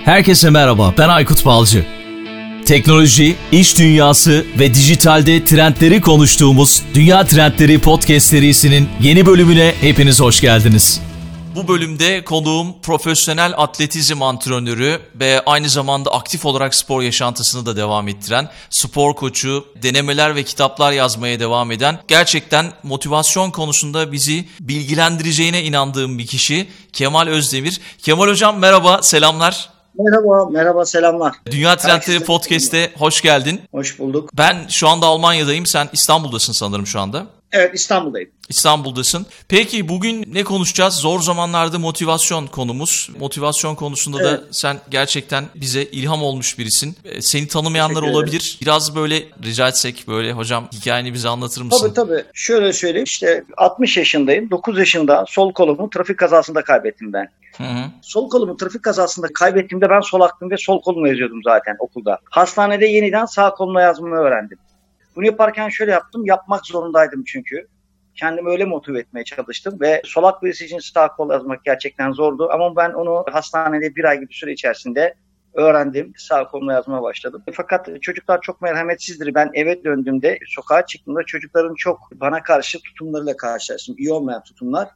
Herkese merhaba, ben Aykut Balcı. Teknoloji, iş dünyası ve dijitalde trendleri konuştuğumuz Dünya Trendleri Podcast serisinin yeni bölümüne hepiniz hoş geldiniz. Bu bölümde konuğum profesyonel atletizm antrenörü ve aynı zamanda aktif olarak spor yaşantısını da devam ettiren, spor koçu, denemeler ve kitaplar yazmaya devam eden, gerçekten motivasyon konusunda bizi bilgilendireceğine inandığım bir kişi Kemal Özdemir. Kemal Hocam merhaba, selamlar. Merhaba, selamlar. Dünya Trendleri Podcast'e hoş geldin. Hoş bulduk. Ben şu anda Almanya'dayım, sen İstanbul'dasın sanırım şu anda. Evet, İstanbul'dayım. İstanbul'dasın. Peki bugün ne konuşacağız? Zor zamanlarda motivasyon konumuz. Motivasyon konusunda da sen gerçekten bize ilham olmuş birisin. Seni tanımayanlar olabilir. Biraz böyle rica etsek böyle hocam hikayeni bize anlatır mısın? Tabii. Şöyle söyleyeyim. İşte 60 yaşındayım. 9 yaşında sol kolumu trafik kazasında kaybettim ben. Hı. Sol kolumu trafik kazasında kaybettiğimde ben sol aklım ve sol kolumu yazıyordum zaten okulda. Hastanede yeniden sağ koluma yazmayı öğrendim. Bunu yaparken şöyle yaptım. Yapmak zorundaydım çünkü. Kendimi öyle motive etmeye çalıştım ve solak birisi için sağ kol yazmak gerçekten zordu. Ama ben onu hastanede bir ay gibi süre içerisinde öğrendim. Sağ kolumla yazmaya başladım. Fakat çocuklar çok merhametsizdir. Ben eve döndüğümde, sokağa çıktığımda çocukların çok bana karşı tutumlarıyla karşılaştım. İyi olmayan tutumlar.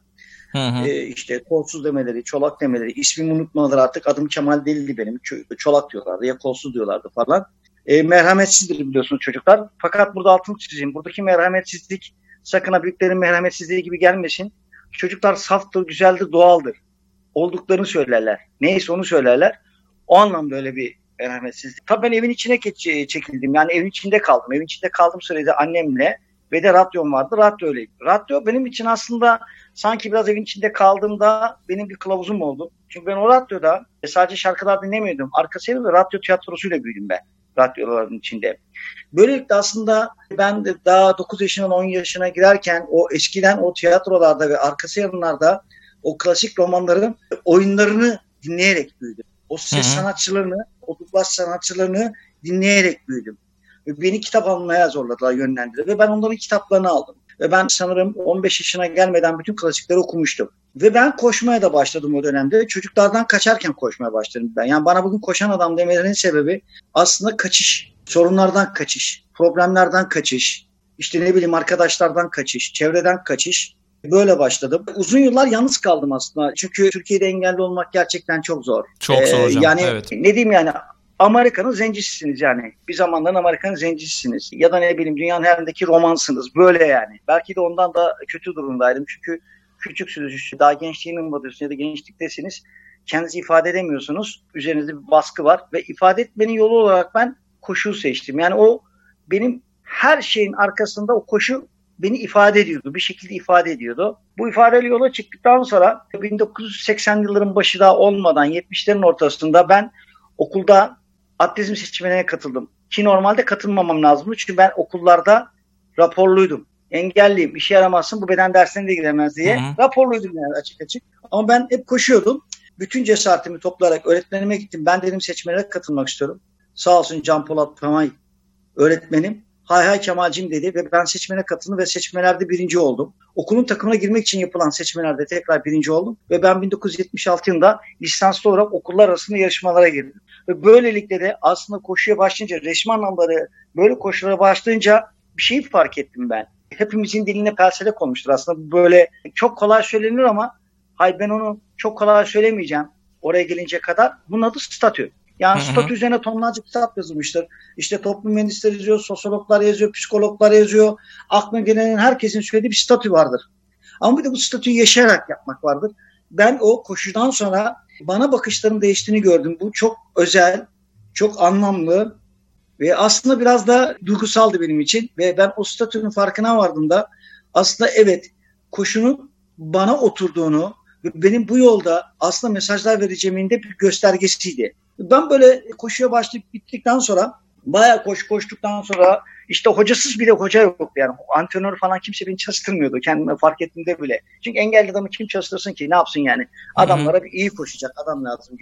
İşte kolsuz demeleri, çolak demeleri, ismimi unutmaları, artık adım Kemal değildi benim. Çolak diyorlardı ya kolsuz diyorlardı falan. Merhametsizdir biliyorsunuz çocuklar. Fakat burada altını çizeyim. Buradaki merhametsizlik sakın ha büyüklerin merhametsizliği gibi gelmesin. Çocuklar saftır, güzeldir, doğaldır. Olduklarını söylerler. Neyse onu söylerler. O anlamda öyle bir merhametsizlik. Tabii ben evin içine çekildim. Yani evin içinde kaldım. Evin içinde kaldığım sürede annemle ve de radyom vardı. Radyo öyleydi. Radyo benim için aslında sanki biraz evin içinde kaldığımda benim bir kılavuzum oldu. Çünkü ben o radyoda sadece şarkılar dinlemiyordum. Arkasıyla da radyo tiyatrosuyla büyüdüm ben. Radyoların içinde. Böylelikle aslında ben de daha 9 yaşından 10 yaşına girerken o eskiden o tiyatrolarda ve arkası yarınlarda o klasik romanların oyunlarını dinleyerek büyüdüm. O ses sanatçılarını, o dublaj sanatçılarını dinleyerek büyüdüm. Ve beni kitap almaya zorladılar, yönlendirdiler. Ve ben onların kitaplarını aldım. Ve ben sanırım 15 yaşına gelmeden bütün klasikleri okumuştum. Ve ben koşmaya da başladım o dönemde. Çocuklardan kaçarken koşmaya başladım ben. Yani bana bugün koşan adam demelerinin sebebi aslında kaçış. Sorunlardan kaçış, problemlerden kaçış, işte ne bileyim arkadaşlardan kaçış, çevreden kaçış. Böyle başladım. Uzun yıllar yalnız kaldım aslında. Çünkü Türkiye'de engelli olmak gerçekten çok zor. Çok zor hocam. Yani evet. Ne diyeyim yani Amerika'nın zencisisiniz yani. Bir zamanların Amerika'nın zencisisiniz. Ya da ne bileyim dünyanın her yerindeki romansınız. Böyle yani. Belki de ondan da kötü durumdaydım. Çünkü küçüksünüz, daha gençliğin ummadıyorsunuz ya da gençliktesiniz. Kendinizi ifade edemiyorsunuz. Üzerinizde bir baskı var. Ve ifade etmenin yolu olarak ben koşuyu seçtim. Yani o benim her şeyin arkasında o koşu beni ifade ediyordu. Bir şekilde ifade ediyordu. Bu ifadeli yola çıktıktan sonra 1980 yılların başı daha olmadan 70'lerin ortasında ben okulda atletizm seçmenine katıldım. Ki normalde katılmamam lazımdı. Çünkü ben okullarda raporluydum. Engelliyim, işe yaramazsın, bu beden dersine de giremez diye. Raporluydum yani açık. Ama ben hep koşuyordum. Bütün cesaretimi toplayarak öğretmenime gittim. Ben dedim seçmenlere katılmak istiyorum. Sağ olsun Can Polat Pamay öğretmenim. Hay Kemal'cim dedi ve ben seçmene katıldım ve seçmelerde birinci oldum. Okulun takımına girmek için yapılan seçmelerde tekrar birinci oldum. Ve ben 1976 yılında lisanslı olarak okullar arasında yarışmalara girdim. Ve böylelikle de aslında koşuya başlayınca, resmi anlamları böyle koşulara başlayınca bir şeyi fark ettim ben. Hepimizin diline persele konmuştur aslında. Böyle çok kolay söylenir ama ben onu çok kolay söylemeyeceğim oraya gelince kadar. Bunun adı statü. Yani statü üzerine tonlarca kitap yazılmıştır. İşte toplum mühendisleri yazıyor, sosyologlar yazıyor, psikologlar yazıyor. Aklına gelen herkesin söylediği bir statü vardır. Ama bir de bu statüyü yaşayarak yapmak vardır. Ben o koşudan sonra bana bakışların değiştiğini gördüm. Bu çok özel, çok anlamlı ve aslında biraz da duygusaldı benim için. Ve ben o statünün farkına vardığımda aslında evet koşunun bana oturduğunu ve benim bu yolda aslında mesajlar vereceğimin de bir göstergesiydi. Ben böyle koşuya başlayıp bittikten sonra bayağı koştuktan sonra işte hocasız bile hoca yok yani antrenör falan kimse beni çalıştırmıyordu kendime fark ettiğimde bile. Çünkü engelli adamı kim çalıştırsın ki ne yapsın yani adamlara bir iyi koşacak adam lazım gibi.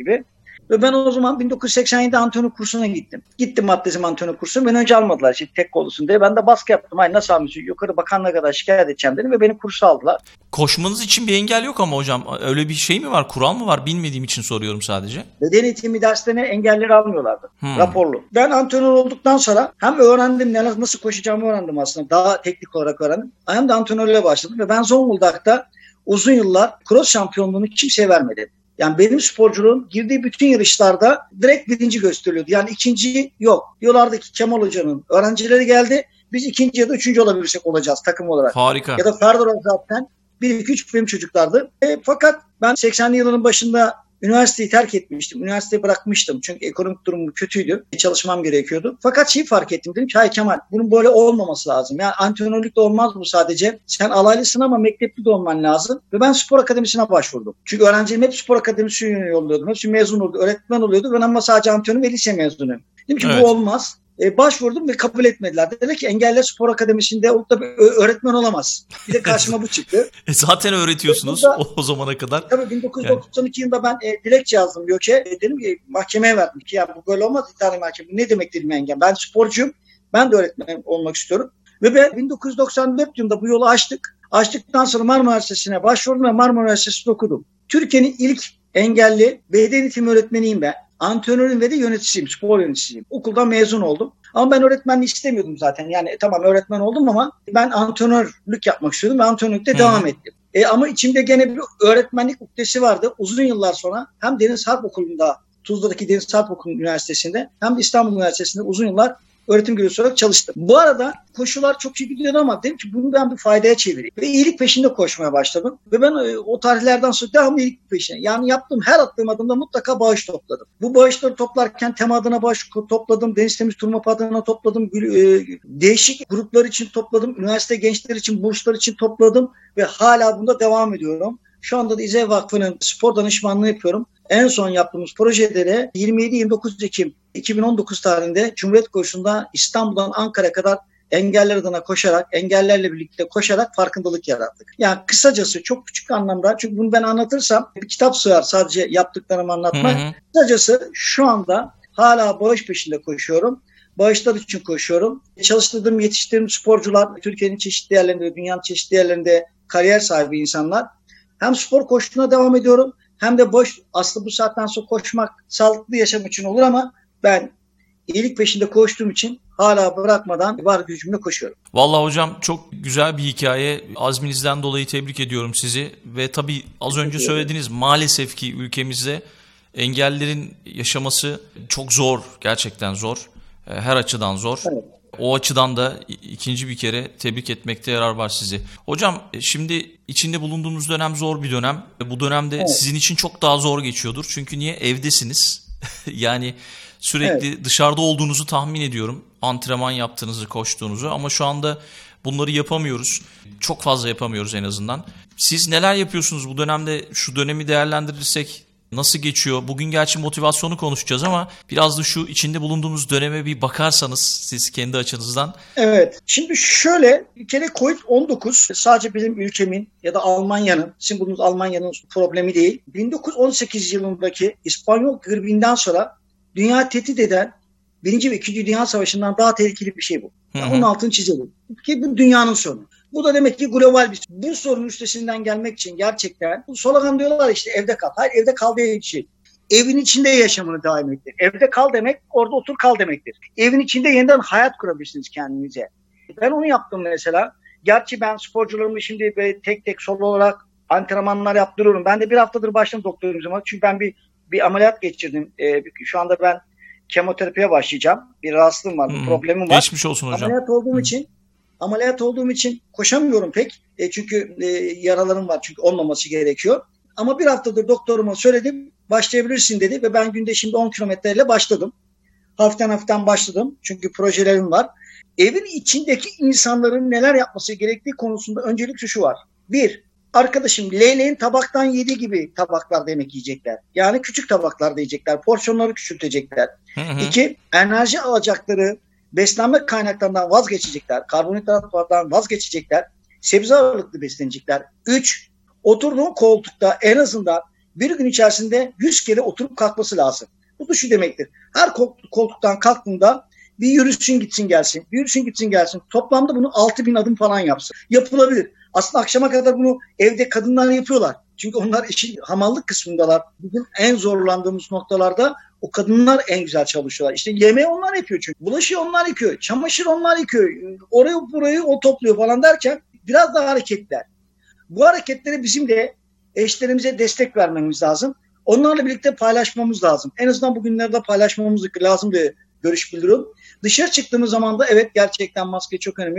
Ve ben o zaman 1987'de antrenör kursuna gittim. Gittim atletizm antrenör kursuna. Beni önce almadılar işte tek kollusun diye. Ben de baskı yaptım. Ay nasıl almışsın? Yukarı bakanlığa kadar şikayet edeceğim dedim ve beni kursa aldılar. Koşmanız için bir engel yok ama hocam. Öyle bir şey mi var? Kural mı var? Bilmediğim için soruyorum sadece. Beden eğitimi derslerine engelleri almıyorlardı. Raporlu. Ben antrenör olduktan sonra hem öğrendim nasıl koşacağımı öğrendim aslında. Daha teknik olarak öğrendim. Hem de antrenörlüğe başladım ve ben Zonguldak'ta uzun yıllar cross şampiyonluğunu kimseye vermedim. Yani benim sporculuğum girdiği bütün yarışlarda direkt birinci gösteriliyordu. Yani ikinci yok. Diyorlardı ki Kemal Hoca'nın öğrencileri geldi. Biz ikinci ya da üçüncü olabilirsek olacağız takım olarak. Harika. Ya da Ferdinand zaten 1-2-3 benim çocuklardı. Fakat ben 80'li yılların başında üniversiteyi terk etmiştim. Üniversiteyi bırakmıştım. Çünkü ekonomik durumum kötüydü. Çalışmam gerekiyordu. Fakat şeyi fark ettim. Dedim ki hay Kemal bunun böyle olmaması lazım. Yani antrenörlük de olmaz bu sadece. Sen alaylısın ama mektepli de olman lazım. Ve ben spor akademisine başvurdum. Çünkü öğrencilerim hep spor akademisine yolluyordum. Hepsi mezun oldu. Öğretmen oluyordu. Ben ama sadece antrenör ve lise mezunuyum. Dedim ki bu olmaz. Başvurdum ve kabul etmediler. Dedi ki Engelliler Spor Akademisi'nde olup da öğretmen olamaz. Bir de karşıma bu çıktı. Zaten öğretiyorsunuz o zamana kadar. Tabii 1992 yılında ben dilekçe yazdım YÖK'e. Dedim ki mahkemeye verdim ki ya bu böyle olmaz. İdari mahkeme. Ne demek dedim engel. Ben sporcuyum. Ben de öğretmen olmak istiyorum. Ve ben 1994 yılında bu yolu açtık. Açtıktan sonra Marmara Üniversitesi'ne başvurdum ve Marmara Üniversitesi'nde okudum. Türkiye'nin ilk engelli beden eğitimi öğretmeniyim ben. Antrenörüm ve de yöneticisiyim, spor yöneticisiyim. Okuldan mezun oldum. Ama ben öğretmenliği istemiyordum zaten. Yani tamam öğretmen oldum ama ben antrenörlük yapmak istiyordum ve antrenörlükte devam ettim. Ama içimde gene bir öğretmenlik ukdesi vardı. Uzun yıllar sonra hem Deniz Harp Okulu'nda, Tuzla'daki Deniz Harp Okulu Üniversitesi'nde hem de İstanbul Üniversitesi'nde uzun yıllar öğretim görevlisi olarak çalıştım. Bu arada koşular çok iyi gidiyordu ama dedim ki bunu ben bir faydaya çevireyim. Ve iyilik peşinde koşmaya başladım. Ve ben o tarihlerden sonra devamlı iyilik peşinde. Yani yaptığım her attığım adımda mutlaka bağış topladım. Bu bağışları toplarken tema adına bağış topladım. Deniz Temiz Turmap adına topladım. Değişik gruplar için topladım. Üniversite gençler için, burslar için topladım. Ve hala bunda devam ediyorum. Şu anda da İZEV Vakfı'nın spor danışmanlığı yapıyorum. En son yaptığımız projelere 27-29 Ekim 2019 tarihinde Cumhuriyet Koşusu'nda İstanbul'dan Ankara'ya kadar engeller adına koşarak, engellerle birlikte koşarak farkındalık yarattık. Yani kısacası çok küçük anlamda, çünkü bunu ben anlatırsam bir kitap sığar sadece yaptıklarımı anlatmak. Kısacası şu anda hala bağış peşinde koşuyorum. Bağışlar için koşuyorum. Çalıştırdığım, yetiştirdiğim sporcular Türkiye'nin çeşitli yerlerinde, dünyanın çeşitli yerlerinde kariyer sahibi insanlar. Hem spor koştuğuna devam ediyorum hem de aslında bu saatten sonra koşmak sağlıklı yaşam için olur ama ben iyilik peşinde koştuğum için hala bırakmadan var gücümle koşuyorum. Vallahi hocam çok güzel bir hikaye. Azminizden dolayı tebrik ediyorum sizi. Ve tabii az önce söylediğiniz maalesef ki ülkemizde engellerin yaşaması çok zor. Gerçekten zor. Her açıdan zor. Evet. O açıdan da ikinci bir kere tebrik etmekte yarar var sizi. Hocam şimdi içinde bulunduğumuz dönem zor bir dönem. Bu dönemde sizin için çok daha zor geçiyordur. Çünkü niye? Evdesiniz. Yani sürekli dışarıda olduğunuzu tahmin ediyorum. Antrenman yaptığınızı, koştuğunuzu ama şu anda bunları yapamıyoruz. Çok fazla yapamıyoruz en azından. Siz neler yapıyorsunuz bu dönemde? Şu dönemi değerlendirirsek nasıl geçiyor? Bugün gerçi motivasyonu konuşacağız ama biraz da şu içinde bulunduğumuz döneme bir bakarsanız siz kendi açınızdan. Evet. Şimdi şöyle bir kere Covid-19 sadece benim ülkemin ya da Almanya'nın, sizin bulunduğunuz Almanya'nın problemi değil. 1918 yılındaki İspanyol gribinden sonra dünya tehdit eden 1. ve 2. Dünya Savaşı'ndan daha tehlikeli bir şey bu. Yani onun altını çizelim. Ki bu dünyanın sorunu. Bu da demek ki global bir sorun. Bu sorunun üstesinden gelmek için gerçekten bu slogan diyorlar işte evde kal. Hayır evde kal diye bir şey. Evin içinde yaşamını devam ettir. Evde kal demek orada otur kal demektir. Evin içinde yeniden hayat kurabilirsiniz kendinize. Ben onu yaptım mesela. Gerçi ben sporcularımı şimdi böyle tek tek solo olarak antrenmanlar yaptırıyorum. Ben de bir haftadır başladım doktorumuzuma. Çünkü ben bir ameliyat geçirdim. Şu anda ben kemoterapiye başlayacağım. Bir rahatsızlığım var, bir problemim var. Geçmiş olsun hocam. Ameliyat olduğum için koşamıyorum pek. Çünkü yaralarım var. Çünkü olmaması gerekiyor. Ama bir haftadır doktoruma söyledim. Başlayabilirsin dedi ve ben günde şimdi 10 kilometreyle başladım. Hafiften başladım. Çünkü projelerim var. Evin içindeki insanların neler yapması gerektiği konusunda öncelikle şu var. 1. Arkadaşım leyleğin tabaktan yediği gibi tabaklarda yemek yiyecekler. Yani küçük tabaklarda yiyecekler. Porsiyonları küçültecekler. 2. Enerji alacakları beslenme kaynaklarından vazgeçecekler. Karbonhidratlardan vazgeçecekler. Sebze ağırlıklı beslenecekler. 3. Oturduğun koltukta en azından bir gün içerisinde 100 kere oturup kalkması lazım. Bu da şu demektir. Her koltuktan kalktığında bir yürüsün gitsin gelsin. Bir yürüsün gitsin gelsin. Toplamda bunu 6.000 adım falan yapsın. Yapılabilir. Aslında akşama kadar bunu evde kadınlar yapıyorlar. Çünkü onlar işin hamallık kısmındalar. Bizim en zorlandığımız noktalarda o kadınlar en güzel çalışıyorlar. İşte yemeği onlar yapıyor çünkü. Bulaşığı onlar yıkıyor. Çamaşır onlar yıkıyor. Orayı burayı o topluyor falan derken biraz daha hareketler. Bu hareketleri bizim de eşlerimize destek vermemiz lazım. Onlarla birlikte paylaşmamız lazım. En azından bugünlerde paylaşmamız lazım diye görüş bildiriyorum. Dışarı çıktığımız zaman da evet gerçekten maske çok önemli.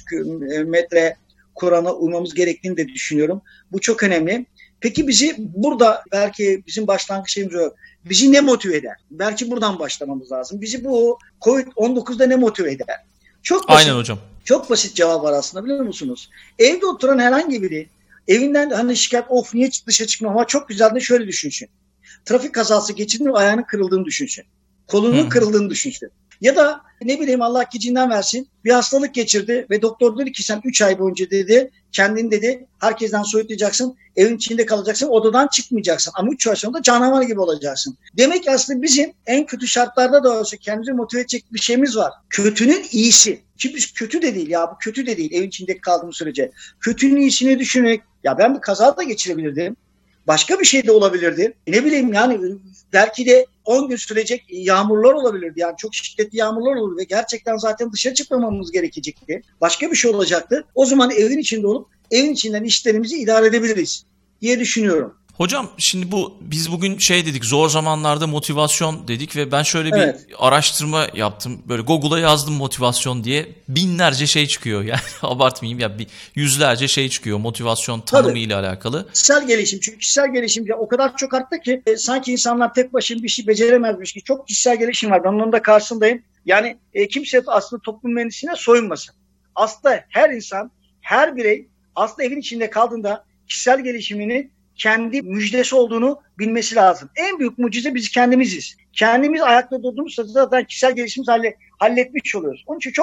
1,5 metre kurana uymamız gerektiğini de düşünüyorum. Bu çok önemli. Peki bizi burada belki bizim başlangıç şeyimiz o. Bizi ne motive eder? Belki buradan başlamamız lazım. Bizi bu Covid-19'da ne motive eder? Çok basit. Aynen hocam. Çok basit cevap var aslında biliyor musunuz? Evde oturan herhangi biri evinden hani şikayet of niye dışarı çıkmıyor ama çok güzel de şöyle düşünsün. Trafik kazası geçirdiğinde ayağının kırıldığını düşünsün. Kolunun kırıldığını düşünsün. Ya da ne bileyim Allah gecinden versin bir hastalık geçirdi ve doktor dedi ki sen 3 ay boyunca dedi kendini dedi herkesten soyutlayacaksın, evin içinde kalacaksın, odadan çıkmayacaksın ama 3 ay sonra da canavar gibi olacaksın. Demek ki aslında bizim en kötü şartlarda da olsa kendimizi motive edecek bir şeyimiz var. Kötünün iyisi. Ki biz kötü de değil ya bu kötü de değil evin içinde kaldığım sürece. Kötünün iyisini düşünerek ya ben bir kaza da geçirebilirdim. Başka bir şey de olabilirdi. Ne bileyim yani belki de 10 gün sürecek yağmurlar olabilirdi. Yani çok şiddetli yağmurlar olurdu ve gerçekten zaten dışarı çıkmamamız gerekecekti. Başka bir şey olacaktı. O zaman evin içinde olup evin içinden işlerimizi idare edebiliriz diye düşünüyorum. Hocam şimdi biz bugün dedik zor zamanlarda motivasyon dedik ve ben şöyle bir araştırma yaptım. Böyle Google'a yazdım motivasyon diye binlerce şey çıkıyor. Yani abartmayayım ya yüzlerce şey çıkıyor motivasyon tanımı ile alakalı. Kişisel gelişim çünkü kişisel gelişim o kadar çok arttı ki sanki insanlar tek başına bir şey beceremezmiş ki çok kişisel gelişim var. Ben onun da karşısındayım. Yani kimse aslında toplum mühendisliğine soyunmasın. Aslında her insan, her birey aslında evin içinde kaldığında kişisel gelişimini kendi müjdesi olduğunu bilmesi lazım. En büyük mucize biz kendimiziz. Kendimiz ayakta durduğumuz sırada zaten kişisel gelişimimizi halletmiş oluyoruz. Onun için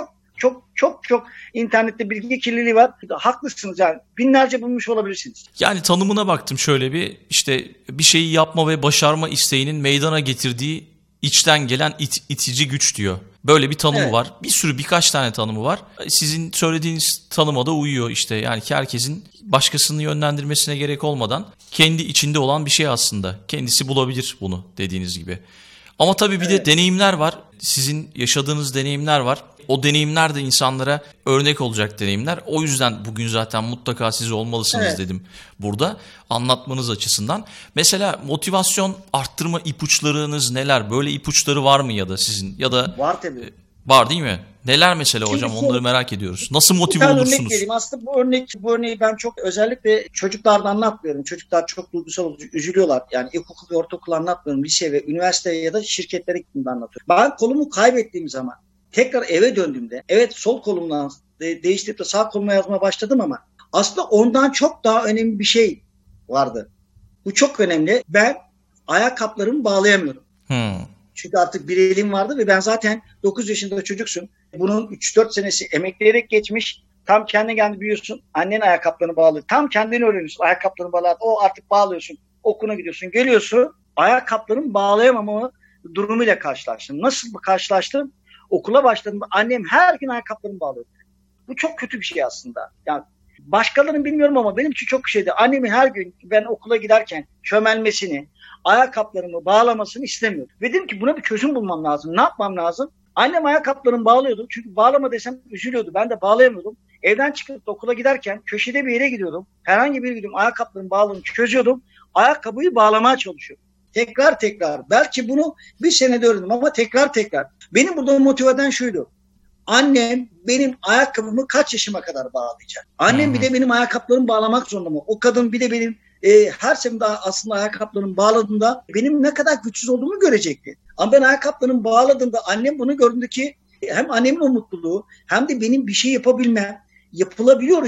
çok internette bilgi kirliliği var. Haklısınız yani. Binlerce bulmuş olabilirsiniz. Yani tanımına baktım şöyle bir şeyi yapma ve başarma isteğinin meydana getirdiği içten gelen itici güç diyor. Böyle bir tanımı var. Birkaç tane tanımı var. Sizin söylediğiniz tanıma da uyuyor yani herkesin başkasını yönlendirmesine gerek olmadan kendi içinde olan bir şey aslında. Kendisi bulabilir bunu dediğiniz gibi. Ama tabii bir de deneyimler var. Sizin yaşadığınız deneyimler var. O deneyimler de insanlara örnek olacak deneyimler. O yüzden bugün zaten mutlaka siz olmalısınız dedim burada anlatmanız açısından. Mesela motivasyon arttırma ipuçlarınız neler? Böyle ipuçları var mı ya da sizin? Ya da var tabii. Var değil mi? Neler mesela hocam onları merak ediyoruz. Nasıl motive olursunuz? Örnek vereyim. Aslında bu örneği ben çok özellikle çocuklardan anlatmıyorum. Çocuklar çok duygusal üzülüyorlar. Yani ilkokul ve ortaokul anlatmıyorum. Lise ve üniversiteye ya da şirketlere gittiğimde anlatıyorum. Ben kolumu kaybettiğim zaman tekrar eve döndüğümde sol kolumdan değiştirip de sağ koluma yazmaya başladım ama aslında ondan çok daha önemli bir şey vardı. Bu çok önemli. Ben ayakkabılarımı bağlayamıyorum. Çünkü artık bir elim vardı ve ben zaten 9 yaşında çocuksun. Bunun 3-4 senesi emekleyerek geçmiş. Tam kendine geldi büyüyorsun. Annen ayakkabılarını bağlıyor. Tam kendini öğreniyorsun. Ayakkabılarını bağlar. O artık bağlıyorsun. Okula gidiyorsun. Geliyorsun. Ayakkabılarını bağlayamama durumuyla karşılaştım. Nasıl karşılaştım? Okula başladığımda annem her gün ayakkabılarını bağlıyordu. Bu çok kötü bir şey aslında. Yani başkalarının bilmiyorum ama benim için çok şeydi. Annemin her gün ben okula giderken çömelmesini, ayakkabılarımı bağlamasını istemiyordum. Ve dedim ki buna bir çözüm bulmam lazım. Ne yapmam lazım? Annem ayakkabılarımı bağlıyordu. Çünkü bağlama desem üzülüyordu. Ben de bağlayamıyordum. Evden çıkıp okula giderken köşede bir yere gidiyordum. Herhangi bir gidiyordum. Ayakkabılarımı bağladığını çözüyordum. Ayakkabıyı bağlamaya çalışıyordum. Tekrar. Belki bunu bir senede öğrendim ama tekrar. Benim burada motive eden şuydu. Annem benim ayakkabımı kaç yaşıma kadar bağlayacak? Annem bir de benim ayakkabılarımı bağlamak zorunda mı? O kadın bir de benim her seferinde aslında ayakkabılarımı bağladığında benim ne kadar güçsüz olduğumu görecekti. Ama ben ayakkabılarımı bağladığımda annem bunu gördü ki hem annemin o mutluluğu hem de benim bir şey yapabilmem, yapılabiliyor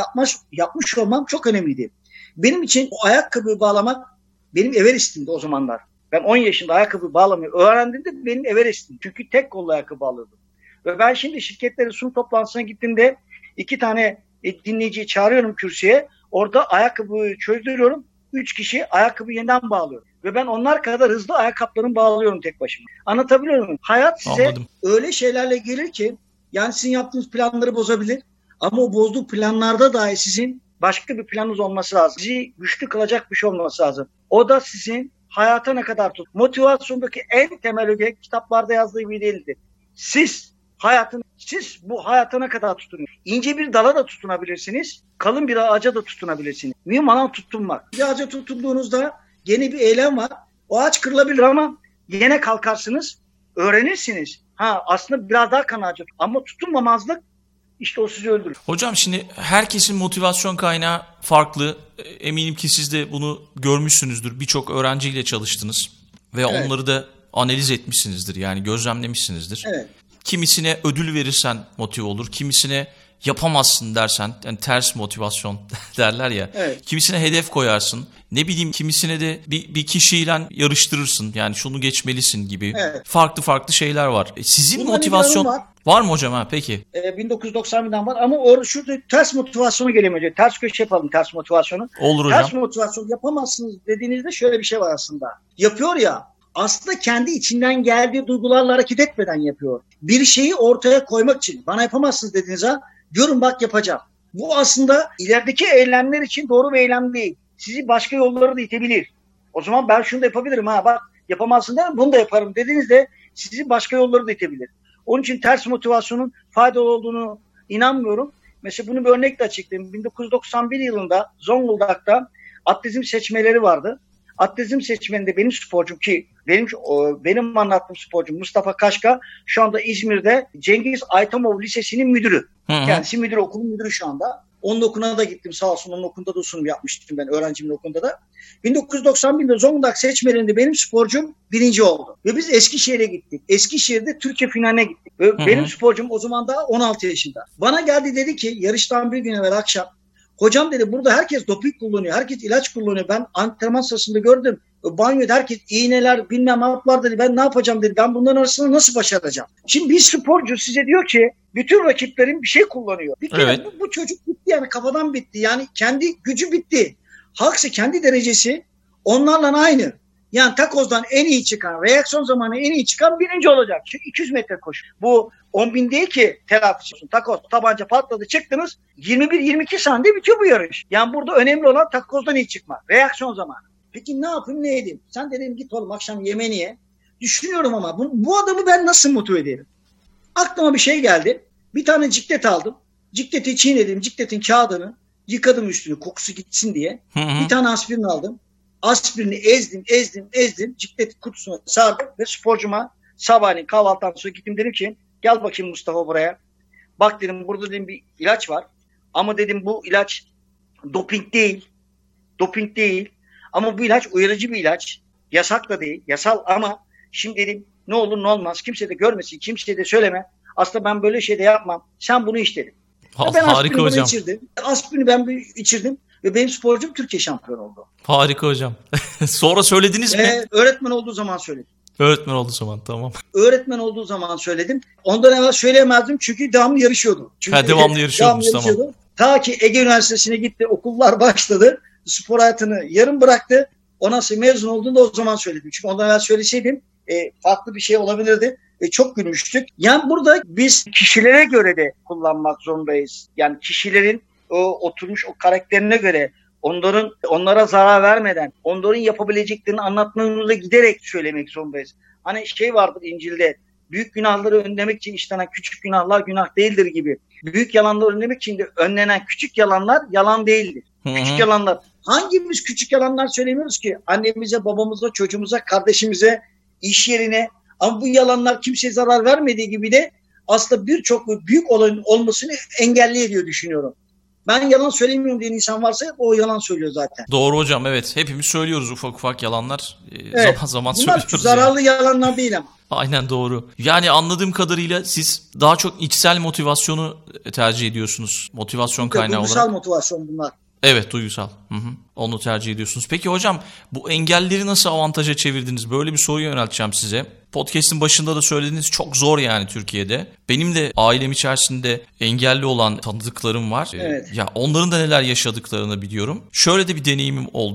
yapmış olmam çok önemliydi. Benim için o ayakkabıyı bağlamak benim Everest'imdi o zamanlar. Ben 10 yaşında ayakkabı bağlamayı öğrendiğimde benim Everest'im. Çünkü tek kollu ayakkabı bağlıyordum. Ve ben şimdi şirketlerin sunum toplantısına gittiğimde 2 tane dinleyiciyi çağırıyorum kürsüye. Orada ayakkabıyı çözdürüyorum. 3 kişi ayakkabı yeniden bağlıyor. Ve ben onlar kadar hızlı ayakkabılarımı bağlıyorum tek başıma. Anlatabiliyor muyum? Hayat size Anladım. öyle şeylerle gelir ki yani sizin yaptığınız planları bozabilir. Ama o bozduğu planlarda dahi sizin başka bir planınız olması lazım. Sizi güçlü kılacak bir şey olması lazım. O da sizin hayata ne kadar tut. Motivasyondaki en temel öge kitaplarda yazdığı gibi değildir. Siz bu hayata ne kadar tutunun. İnce bir dala da tutunabilirsiniz. Kalın bir ağaca da tutunabilirsiniz. Mühim olan tutunmak. Bir ağaca tutunduğunuzda yeni bir eylem var. O ağaç kırılabilir ama yine kalkarsınız. Öğrenirsiniz. Aslında biraz daha kan ağacı. Ama tutunmamazlık işte o sizi öldürür. Hocam şimdi herkesin motivasyon kaynağı farklı. Eminim ki siz de bunu görmüşsünüzdür. Birçok öğrenciyle çalıştınız ve Evet. onları da analiz etmişsinizdir. Yani gözlemlemişsinizdir. Evet. Kimisine ödül verirsen motive olur, kimisine yapamazsın dersen, yani ters motivasyon derler ya. Evet. Kimisine hedef koyarsın. Ne bileyim kimisine de bir kişiyle yarıştırırsın. Yani şunu geçmelisin gibi. Evet. Farklı şeyler var. Sizin Bunun motivasyon var. var mı hocam? Peki. 1991'den var ama şurada ters motivasyonu gelemiyor. Ters köşe yapalım ters motivasyonu. Olur hocam. Ters motivasyon yapamazsınız dediğinizde şöyle bir şey var aslında. Yapıyor ya, aslında kendi içinden geldiği duygularla hareket etmeden yapıyor. Bir şeyi ortaya koymak için bana yapamazsınız dediğinizde diyorum bak yapacağım. Bu aslında ilerideki eylemler için doğru bir eylem değil. Sizi başka yollara da itebilir. O zaman ben şunu da yapabilirim bak yapamazsın derim bunu da yaparım dediğinizde sizi başka yollara da itebilir. Onun için ters motivasyonun faydalı olduğunu inanmıyorum. Mesela bunu bir örnekle açıklayayım. 1991 yılında Zonguldak'ta atletizm seçmeleri vardı. Atletizm seçmeninde benim sporcum ki benim anlattığım sporcum Mustafa Kaşka şu anda İzmir'de Cengiz Aytamov Lisesi'nin müdürü. Hı. Kendisi müdür, okulun müdürü şu anda. Onun okuluna da gittim sağ olsun. Onun okulunda da sunum yapmıştım ben öğrencimin okulunda da. 1991'de Zonguldak seçmelerinde benim sporcum birinci oldu. Ve biz Eskişehir'e gittik. Eskişehir'de Türkiye finaline gittik. Ve benim sporcum o zaman daha 16 yaşında. Bana geldi dedi ki yarıştan bir gün evvel akşam. Hocam dedi burada herkes doping kullanıyor. Herkes ilaç kullanıyor. Ben antrenman sırasında gördüm. Banyoda herkes iğneler bilmem haplar dedi. Ben ne yapacağım dedi. Ben bunların arasında nasıl başaracağım? Şimdi bir sporcu size diyor ki bütün rakiplerin bir şey kullanıyor. Bir kere Evet. bu çocuk bitti yani kafadan bitti. Yani kendi gücü bitti. Halksa kendi derecesi onlarla aynı. Yani takozdan en iyi çıkan, reaksiyon zamanı en iyi çıkan birinci olacak. Çünkü 200 metre koşu. Bu 10.000 değil ki telafi olsun. Takoz, tabanca patladı çıktınız. 21-22 saniye bitiyor bu yarış. Yani burada önemli olan takozdan iyi çıkmak. Reaksiyon zamanı. Peki ne yapayım ne edeyim? Sen dedim git oğlum akşam yemeğini ye. Düşünüyorum ama bu adamı ben nasıl motive ederim? Aklıma bir şey geldi. Bir tane ciklet aldım. Cikleti çiğnedim. Cikletin kağıdını yıkadım üstünü kokusu gitsin diye. Bir tane aspirin aldım. Aspirini ezdim. Ciklet kutusuna sardım ve sporcuma sabahleyin kahvaltıdan sonra gittim dedim ki gel bakayım Mustafa buraya. Bak dedim burada dedim bir ilaç var. Ama dedim bu ilaç doping değil. Ama bu ilaç uyarıcı bir ilaç. Yasak da değil. Yasal ama şimdi dedim ne olur ne olmaz. Kimse de görmesin. Kimseye de söyleme. Aslında ben böyle şey de yapmam. Sen bunu iç dedim. Ben Harika hocam. Aspirini ben içirdim. Ve benim sporcum Türkiye şampiyonu oldu. Harika hocam. Sonra söylediniz mi? Öğretmen olduğu zaman söyledim. Öğretmen olduğu zaman tamam. Öğretmen olduğu zaman söyledim. Ondan evvel söyleyemezdim çünkü devamlı yarışıyordu. Devamlı yarışıyordunuz tamam. Ta ki Ege Üniversitesi'ne gitti. Okullar başladı. Spor hayatını yarım bıraktı. Ondan sonra mezun olduğunda o zaman söyledim. Çünkü ondan evvel söyleseydim farklı bir şey olabilirdi. Çok gülmüştük. Yani burada biz kişilere göre de kullanmak zorundayız. Yani kişilerin oturmuş o karakterine göre onlara zarar vermeden onların yapabileceklerini anlatmamıza giderek söylemek zorundayız. Hani şey vardır İncil'de büyük günahları önlemek için işlenen küçük günahlar günah değildir gibi. Büyük yalanları önlemek için de önlenen küçük yalanlar yalan değildir. Küçük yalanlar. Hangimiz küçük yalanlar söylemiyoruz ki? Annemize, babamıza, çocuğumuza, kardeşimize, iş yerine. Ama bu yalanlar kimseye zarar vermediği gibi de aslında birçok büyük olayın olmasını engelleyiyor düşünüyorum. Ben yalan söylemiyorum diyen insan varsa o yalan söylüyor zaten. Doğru hocam evet. Hepimiz söylüyoruz ufak yalanlar. Evet. Zaman bunlar söylüyoruz. zararlı yalanlar değil ama. Aynen doğru. Yani anladığım kadarıyla siz daha çok içsel motivasyonu tercih ediyorsunuz. Motivasyon kaynağı olarak. Duygusal motivasyon bunlar. Evet duygusal. Onu tercih ediyorsunuz. Peki hocam bu engelleri nasıl avantaja çevirdiniz? Böyle bir soru yönelteceğim size. Podcast'in başında da söylediğiniz çok zor yani Türkiye'de. Benim de ailem içerisinde engelli olan tanıdıklarım var. Evet. Ya onların da neler yaşadıklarını biliyorum. Şöyle de bir deneyimim oldu.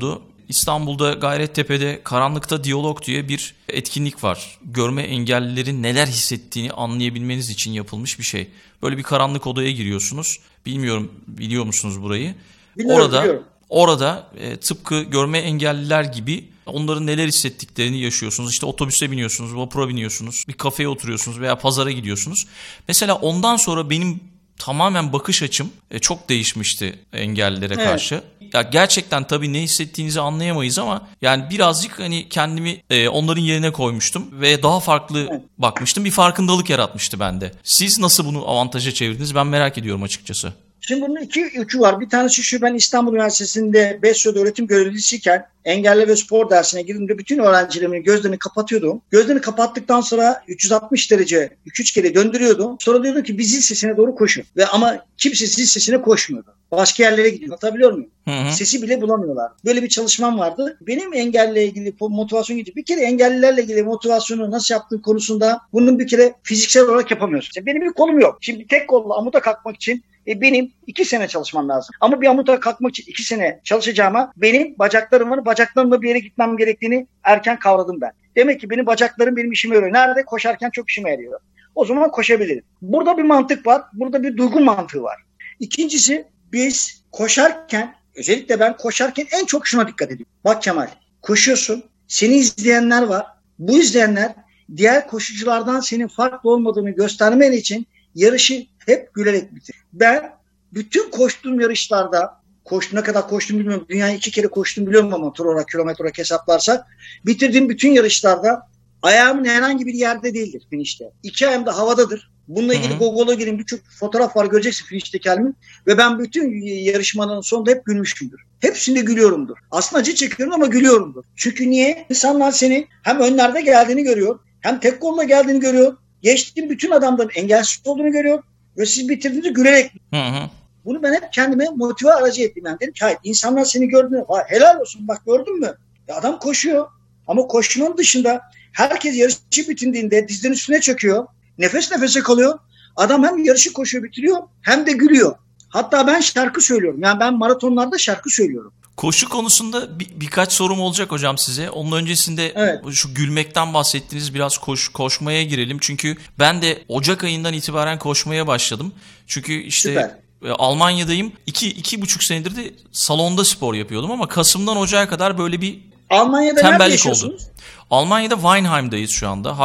İstanbul'da Gayrettepe'de Karanlıkta Diyalog diye bir etkinlik var. Görme engellilerin neler hissettiğini anlayabilmeniz için yapılmış bir şey. Böyle bir karanlık odaya giriyorsunuz. Bilmiyorum, biliyor musunuz burayı? Biliyorum. Orada tıpkı görme engelliler gibi onların neler hissettiklerini yaşıyorsunuz. İşte otobüse biniyorsunuz, vapura biniyorsunuz, bir kafeye oturuyorsunuz veya pazara gidiyorsunuz. Mesela ondan sonra benim tamamen bakış açım çok değişmişti engellilere karşı. Ya gerçekten tabii ne hissettiğinizi anlayamayız ama yani birazcık hani kendimi onların yerine koymuştum ve daha farklı bakmıştım. Bir farkındalık yaratmıştı bende. Siz nasıl bunu avantaja çevirdiniz? Ben merak ediyorum açıkçası. Şimdi bunun iki ucu var. Bir tanesi şu, ben İstanbul Üniversitesi'nde Besyo'da öğretim görevlisiyken engelli ve spor dersine girdiğimde bütün öğrencilerimin gözlerini kapatıyordum. Gözlerini kapattıktan sonra 360 derece 2-3 kere döndürüyordum. Sonra diyordum ki bir zil sesine doğru koşun. Ama kimse zil sesine koşmuyordu. Başka yerlere gidiyor. Anlatabiliyor muyum? Sesi bile bulamıyorlar. Böyle bir çalışmam vardı. Benim engelle ilgili motivasyon gibi. Bir kere engellilerle ilgili motivasyonu nasıl yaptığın konusunda bunun bir kere fiziksel olarak yapamıyorsun. Benim bir kolum yok. Şimdi tek kolla amuda kalkmak için benim 2 sene çalışmam lazım. Ama bir amuda kalkmak için 2 sene çalışacağıma benim bacaklarım var. Bacaklarımla bir yere gitmem gerektiğini erken kavradım ben. Demek ki benim bacaklarım benim işime yarıyor. Nerede? Koşarken çok işime yarıyor. O zaman koşabilirim. Burada bir mantık var. Burada bir duygu mantığı var. İkincisi, biz koşarken, özellikle ben koşarken en çok şuna dikkat ediyorum. Bak Kemal, koşuyorsun. Seni izleyenler var. Bu izleyenler diğer koşuculardan senin farklı olmadığını göstermen için yarışı hep gülerek bitir. Ben bütün koştuğum yarışlarda, ne kadar koştum bilmiyorum. Dünyayı 2 kere koştum biliyorum ama tur olarak, kilometre olarak hesaplarsak. Bitirdiğim bütün yarışlarda ayağımın herhangi bir yerde değildir finişte. 2 ayağım da havadadır. Bununla ilgili Google'a girin, birçok fotoğraf var, göreceksin finişteki halimi. Ve ben bütün yarışmanın sonunda hep gülmüşümdür. Hepsinde gülüyorumdur. Aslında acı çekiyorum ama gülüyorumdur. Çünkü niye? İnsanlar seni hem önlerde geldiğini görüyor, hem tek kolla geldiğini görüyor. Geçtiğin bütün adamların engelsiz olduğunu görüyor. Ve siz bitirdiğinizde gülerek. Bunu ben hep kendime motive aracı ettim. Yani dedim ki hayır, insanlar seni gördüğünde helal olsun, bak gördün mü? Ya adam koşuyor. Ama koşunun dışında herkes yarışı bitindiğinde dizlerinin üstüne çöküyor. Nefes nefese kalıyor. Adam hem yarışı koşuyor, bitiriyor, hem de gülüyor. Hatta ben şarkı söylüyorum. Yani ben maratonlarda şarkı söylüyorum. Koşu konusunda birkaç sorum olacak hocam size. Onun öncesinde şu gülmekten bahsettiğiniz biraz koşmaya girelim. Çünkü ben de Ocak ayından itibaren koşmaya başladım. Çünkü işte Almanya'dayım. 2,5 senedir de salonda spor yapıyordum ama Kasım'dan Ocağa kadar böyle bir Almanya'da tembellik oldu. Almanya'da Weinheim'dayız şu anda.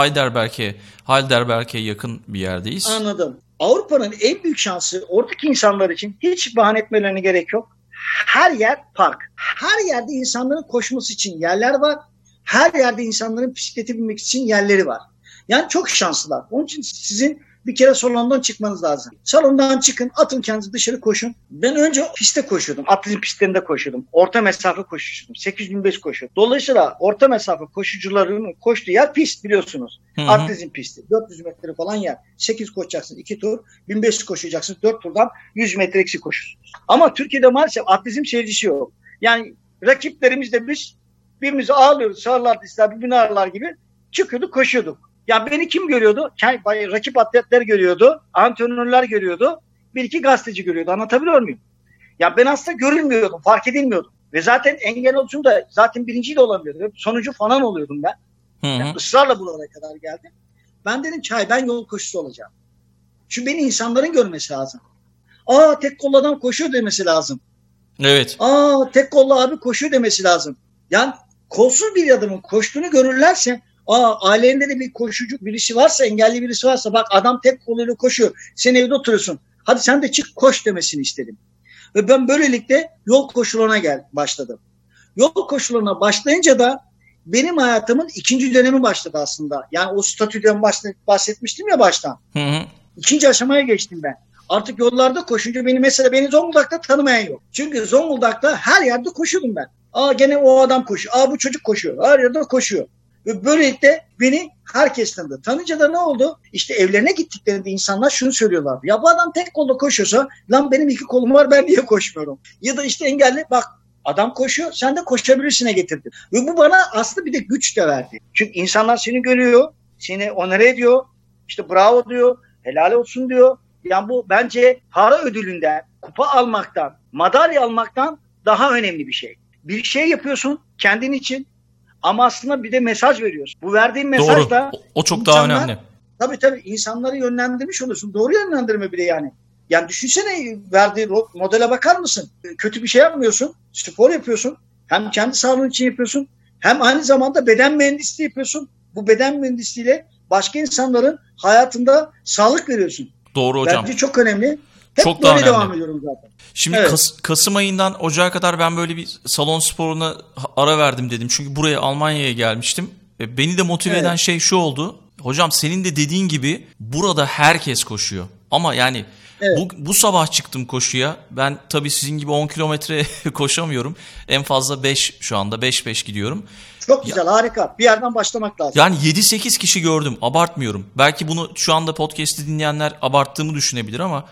Heidelberg'e yakın bir yerdeyiz. Anladım. Avrupa'nın en büyük şansı oradaki insanlar için, hiç bahane etmelerine gerek yok. Her yer park. Her yerde insanların koşması için yerler var. Her yerde insanların bisiklete binmek için yerleri var. Yani çok şanslılar. Onun için sizin bir kere salondan çıkmanız lazım. Salondan çıkın, atın kendinizi dışarı, koşun. Ben önce pistte koşuyordum. Atletizm pistlerinde koşuyordum. Orta mesafe koşuyordum. 8.005 koşuyordum. Dolayısıyla orta mesafe koşucuların koştuğu yer pist, biliyorsunuz. Atletizm pisti. 400 metre falan yer. 8 koşacaksın 2 tur. 1500 koşacaksın 4 turdan 100 metre eksi koşuyorsunuz. Ama Türkiye'de maalesef atletizm seyircisi yok. Yani rakiplerimiz de biz birbirimizi ağırlıyoruz. Sağırlar, dizler, birbirini ağırlar gibi çıkıyorduk, koşuyorduk. Ya beni kim görüyordu? Rakip atletler görüyordu. Antrenörler görüyordu. Bir iki gazeteci görüyordu. Anlatabiliyor muyum? Ya ben aslında görülmüyordum. Fark edilmiyordum. Ve zaten engel olsun da zaten birinci de olamıyordum. Sonucu falan oluyordum ben. Yani ısrarla buralara kadar geldim. Ben dedim ki ben yol koşusu olacağım. Çünkü beni insanların görmesi lazım. Tek kollu adam koşuyor demesi lazım. Evet. Tek kollu abi koşuyor demesi lazım. Yani kolsuz bir adamın koştuğunu görürlerse, ailelerinde de bir koşucu birisi varsa, engelli birisi varsa, bak adam tek koluyla koşuyor, sen evde oturuyorsun, hadi sen de çık koş demesini istedim. Ve ben böylelikle yol koşularına başladım. Yol koşularına başlayınca da benim hayatımın ikinci dönemi başladı aslında. Yani o statüden bahsetmiştim ya baştan. İkinci aşamaya geçtim ben. Artık yollarda koşunca beni Zonguldak'ta tanımayan yok. Çünkü Zonguldak'ta her yerde koşuyordum ben. Gene o adam koşuyor. Bu çocuk koşuyor. Her yerde koşuyor. Ve böylelikle beni herkes tanıdı. Tanınca da ne oldu? İşte evlerine gittiklerinde insanlar şunu söylüyorlar. Ya bu adam tek kolla koşuyorsa, lan benim 2 kolum var, ben niye koşmuyorum? Ya da işte engelli, bak adam koşuyor, sen de koşabilirsine getirdi. Ve bu bana aslında bir de güç de verdi. Çünkü insanlar seni görüyor, seni onore ediyor, işte bravo diyor, helal olsun diyor. Yani bu bence para ödülünden, kupa almaktan, madalya almaktan daha önemli bir şey. Bir şey yapıyorsun kendin için ama aslında bir de mesaj veriyorsun. Bu verdiğin mesaj da o çok daha önemli. Tabii insanları yönlendirmiş olursun. Doğru yönlendirme bile yani. Yani düşünsene, verdiği modele bakar mısın? Kötü bir şey yapmıyorsun. Spor yapıyorsun. Hem kendi sağlığın için yapıyorsun. Hem aynı zamanda beden mühendisliği yapıyorsun. Bu beden mühendisliğiyle başka insanların hayatında sağlık veriyorsun. Doğru hocam. Bence çok önemli. Hep çok böyle devam ediyorum zaten. Şimdi evet. Kasım ayından Ocağa kadar ben böyle bir salon sporuna ara verdim dedim. Çünkü buraya, Almanya'ya gelmiştim. Beni de motive eden şey şu oldu. Hocam senin de dediğin gibi burada herkes koşuyor. Ama yani bu sabah çıktım koşuya. Ben tabii sizin gibi 10 kilometre koşamıyorum. En fazla 5 şu anda. 5-5 gidiyorum. Çok güzel, harika. Bir yerden başlamak lazım. Yani 7-8 kişi gördüm. Abartmıyorum. Belki bunu şu anda podcast'i dinleyenler abarttığımı düşünebilir ama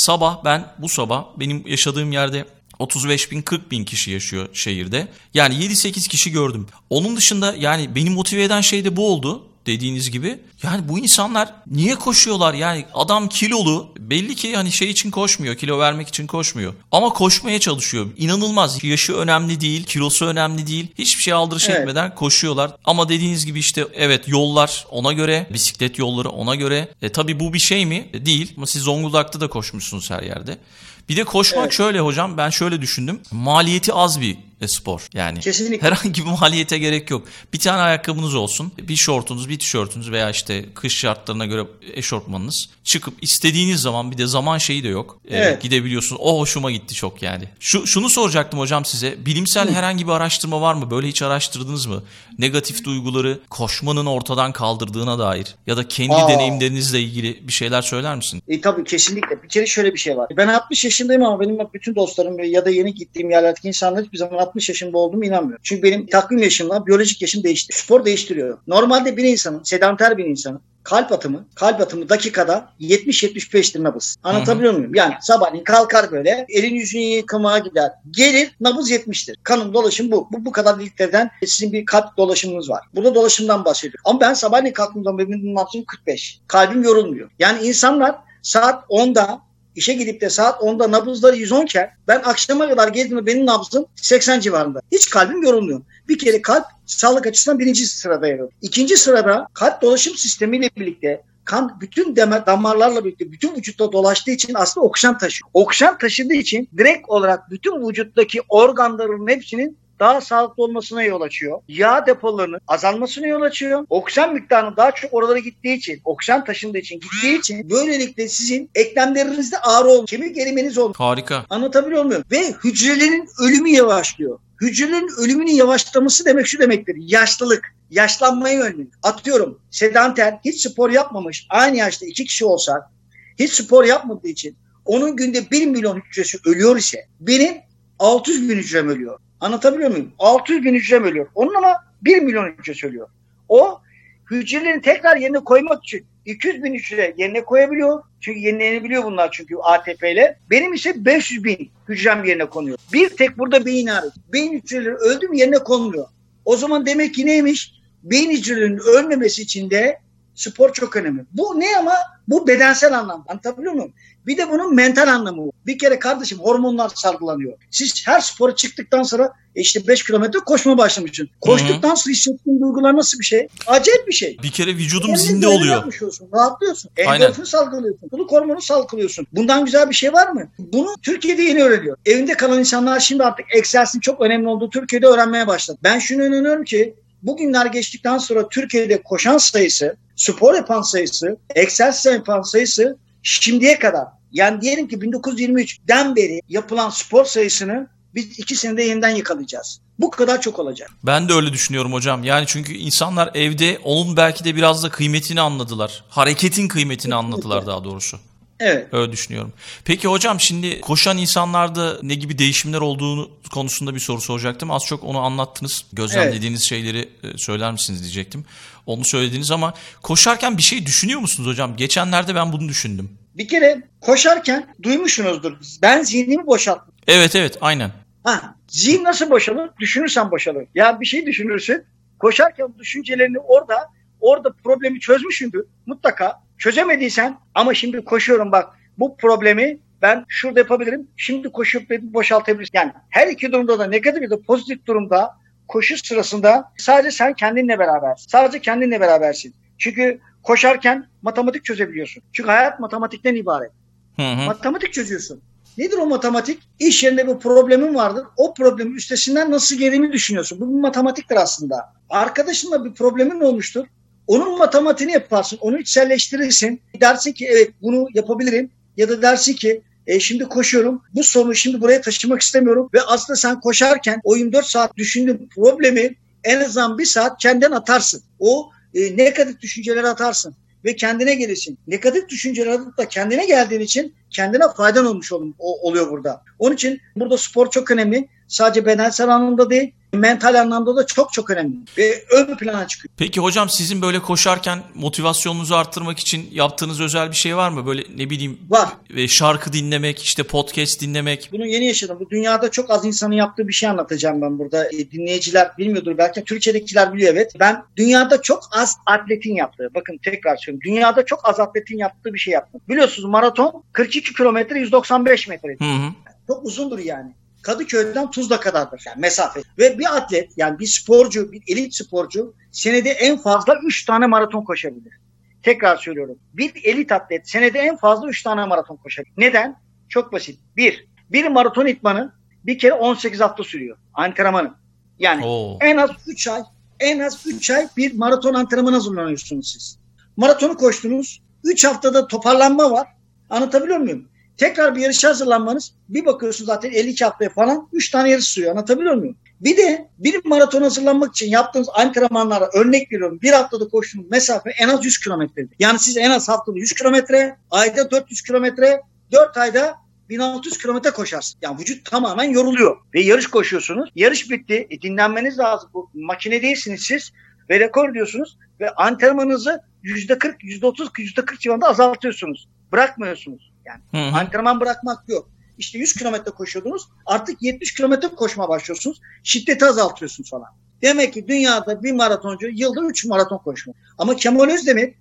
bu sabah benim yaşadığım yerde 35.000-40.000 kişi yaşıyor şehirde. Yani 7-8 kişi gördüm. Onun dışında yani beni motive eden şey de bu oldu. Dediğiniz gibi. Yani bu insanlar niye koşuyorlar? Yani adam kilolu, belli ki hani şey için koşmuyor, kilo vermek için koşmuyor. Ama koşmaya çalışıyor. İnanılmaz. Yaşı önemli değil, kilosu önemli değil. Hiçbir şey aldırış etmeden koşuyorlar. Ama dediğiniz gibi işte evet, yollar ona göre, bisiklet yolları ona göre. Tabii bu bir şey mi? Değil. Ama siz Zonguldak'ta da koşmuşsunuz her yerde. Bir de koşmak şöyle hocam, ben şöyle düşündüm. Maliyeti az bir spor yani. Kesinlikle. Herhangi bir maliyete gerek yok. Bir tane ayakkabınız olsun, bir şortunuz, bir tişörtünüz veya işte kış şartlarına göre eşortmanınız. Çıkıp istediğiniz zaman, bir de zaman şeyi de yok. Gidebiliyorsunuz. O hoşuma gitti çok yani. Şunu soracaktım hocam size. Bilimsel herhangi bir araştırma var mı? Böyle hiç araştırdınız mı? Negatif duyguları koşmanın ortadan kaldırdığına dair ya da kendi deneyimlerinizle ilgili bir şeyler söyler misin? Tabii kesinlikle. Bir kere şöyle bir şey var. Ben 60 yaşındayım ama benim bütün dostlarım ya da yeni gittiğim yerlerdeki insanlar hiçbir zaman 60 yaşında olduğumu inanmıyorum. Çünkü benim takvim yaşımla biyolojik yaşım değişti. Spor değiştiriyor. Normalde bir insanın, sedanter bir insanın kalp atımı dakikada 70-75'tir nabız. Anlatabiliyor muyum? Yani sabahleyin kalkar böyle, elin yüzünü yıkamaya gider. Gelir, nabız 70'tir. Kanın dolaşım bu. Bu kadar litreden sizin bir kalp dolaşımınız var. Burada dolaşımdan bahsediyorum. Ama ben sabahleyin kalktığımda benim nabzım 45. Kalbim yorulmuyor. Yani insanlar saat 10'da İşe gidip de saat 10'da nabızları 110 iken ben akşama kadar geldiğimde benim nabzım 80 civarında. Hiç kalbim yorulmuyor. Bir kere kalp sağlık açısından birinci sırada yer alıyor. İkinci sırada kalp dolaşım sistemiyle birlikte kan bütün damarlarla birlikte bütün vücutta dolaştığı için aslında oksijen taşıyor. Oksijen taşıdığı için direkt olarak bütün vücuttaki organların hepsinin daha sağlıklı olmasına yol açıyor. Yağ depolarının azalmasına yol açıyor. Oksijen miktarının daha çok oralara gittiği için, oksijen taşındığı için, gittiği için böylelikle sizin eklemlerinizde ağrı olmuyor. Kemik erimeniz olmuyor. Harika. Anlatabiliyor muyum? Ve hücrelerin ölümü yavaşlıyor. Hücrelerin ölümünün yavaşlaması demek şu demektir. Yaşlılık. Yaşlanmayı önlüyor. Atıyorum, sedanter, hiç spor yapmamış, aynı yaşta 2 kişi olsak, hiç spor yapmadığı için onun günde 1 milyon hücresi ölüyor ise benim 600 bin hücrem ölüyor. Anlatabiliyor muyum? 600 bin hücrem ölüyor. Onun ama 1 milyon hücresi ölüyor. O hücrelerini tekrar yerine koymak için 200 bin hücre yerine koyabiliyor. Çünkü yenilenebiliyor bunlar çünkü ATP ile. Benim ise 500 bin hücrem yerine konuyor. Bir tek burada beyin hariç. Beyin hücreleri öldü mü yerine konmuyor. O zaman demek ki neymiş? Beyin hücrelerinin ölmemesi için de spor çok önemli. Bu ne ama? Bu bedensel anlamda. Anlatabiliyor muyum? Bir de bunun mental anlamı var. Bir kere kardeşim hormonlar salgılanıyor. Siz her spora çıktıktan sonra işte 5 kilometre koşma başlamışsın. Koştuktan sonra hissettiğin duygular nasıl bir şey? Acayip bir şey. Bir kere vücudum zinde oluyor. Rahatlıyorsun. Endorfin salgılıyorsun. Mutluluk hormonu salgılıyorsun. Bundan güzel bir şey var mı? Bunu Türkiye'de yeni öğreniyor. Evinde kalan insanlar şimdi artık egzersizin çok önemli olduğu Türkiye'de öğrenmeye başladı. Ben şunu inanıyorum ki bugünler geçtikten sonra Türkiye'de koşan sayısı, spor yapan sayısı, egzersiz yapan sayısı şimdiye kadar, yani diyelim ki 1923'den beri yapılan spor sayısını biz 2 senede yeniden yakalayacağız. Bu kadar çok olacak. Ben de öyle düşünüyorum hocam. Yani çünkü insanlar evde onun belki de biraz da kıymetini anladılar. Hareketin kıymetini anladılar daha doğrusu. Evet. Öyle düşünüyorum. Peki hocam, şimdi koşan insanlarda ne gibi değişimler olduğunu konusunda bir soru soracaktım. Az çok onu anlattınız. Gözlemlediğiniz şeyleri söyler misiniz diyecektim. Onu söylediniz ama koşarken bir şey düşünüyor musunuz hocam? Geçenlerde ben bunu düşündüm. Bir kere koşarken duymuşsunuzdur. Ben zihnimi boşalttım. Evet aynen. Zihin nasıl boşalır? Düşünürsen boşalır. Yani bir şey düşünürsün. Koşarken düşüncelerini orada problemi çözmüşsündür. Mutlaka çözemediysen ama şimdi koşuyorum bak bu problemi Ben şurada yapabilirim. Şimdi koşup boşaltabilirsin. Yani her iki durumda da negatif ya da pozitif durumda koşu sırasında sadece sen kendinle berabersin. Sadece kendinle berabersin. Çünkü koşarken matematik çözebiliyorsun. Çünkü hayat matematikten ibaret. Matematik çözüyorsun. Nedir o matematik? İş yerinde bir problemin vardır. O problemin üstesinden nasıl geldiğini düşünüyorsun. Bu bir matematiktir aslında. Arkadaşınla bir problemin olmuştur. Onun matematiğini yaparsın. Onu içselleştirirsin. Dersin ki evet bunu yapabilirim. Ya da dersin ki şimdi koşuyorum. Bu sorunu şimdi buraya taşımak istemiyorum. Ve aslında sen koşarken o 24 saat düşündüğün problemi en azından bir saat kendin atarsın. O negatif düşünceleri atarsın. Ve kendine gelirsin. Negatif düşünceler atıp da kendine geldiğin için kendine faydan oluyor burada. Onun için burada spor çok önemli. Sadece bedensel anlamda değil, mental anlamda da çok çok önemli. Ve ön plana çıkıyor. Peki hocam sizin böyle koşarken motivasyonunuzu arttırmak için yaptığınız özel bir şey var mı? Böyle ne bileyim var. Şarkı dinlemek, işte podcast dinlemek. Bunu yeni yaşadım. Bu dünyada çok az insanın yaptığı bir şey anlatacağım ben burada. Dinleyiciler bilmiyordur belki. Türkiye'dekiler biliyor evet. Ben dünyada çok az atletin yaptığı, bakın tekrar söylüyorum. Dünyada çok az atletin yaptığı bir şey yaptım. Biliyorsunuz maraton 42 kilometre 195 metre. Çok uzundur yani. Kadıköy'den Tuzla kadardır yani mesafe. Ve bir atlet yani bir sporcu, bir elit sporcu senede en fazla 3 tane maraton koşabilir. Tekrar söylüyorum. Bir elit atlet senede en fazla 3 tane maraton koşabilir. Neden? Çok basit. Bir maraton itmanı bir kere 18 hafta sürüyor. Antrenmanı. Yani en az 3 ay bir maraton antrenmanı hazırlanıyorsunuz siz. Maratonu koştunuz. 3 haftada toparlanma var. Anlatabiliyor muyum? Tekrar bir yarışa hazırlanmanız bir bakıyorsun zaten 52 haftaya falan 3 tane yarış sürüyor. Anlatabiliyor muyum? Bir de bir maraton hazırlanmak için yaptığınız antrenmanlara örnek veriyorum. Bir haftada koştuğunuz mesafe en az 100 kilometredir. Yani siz en az haftada 100 kilometre, ayda 400 kilometre, 4 ayda 1600 kilometre koşarsın. Yani vücut tamamen yoruluyor. Ve yarış koşuyorsunuz. Yarış bitti. Dinlenmeniz lazım. Bu makine değilsiniz siz. Ve rekor diyorsunuz. Ve antrenmanınızı %40, %30, %40 civarında azaltıyorsunuz. Bırakmıyorsunuz. Yani antrenman bırakmak yok. İşte 100 kilometre koşuyordunuz. Artık 70 kilometre koşmaya başlıyorsunuz. Şiddeti azaltıyorsunuz falan. Demek ki dünyada bir maratoncu yılda 3 maraton koşuyor. Ama Kemal Özdemir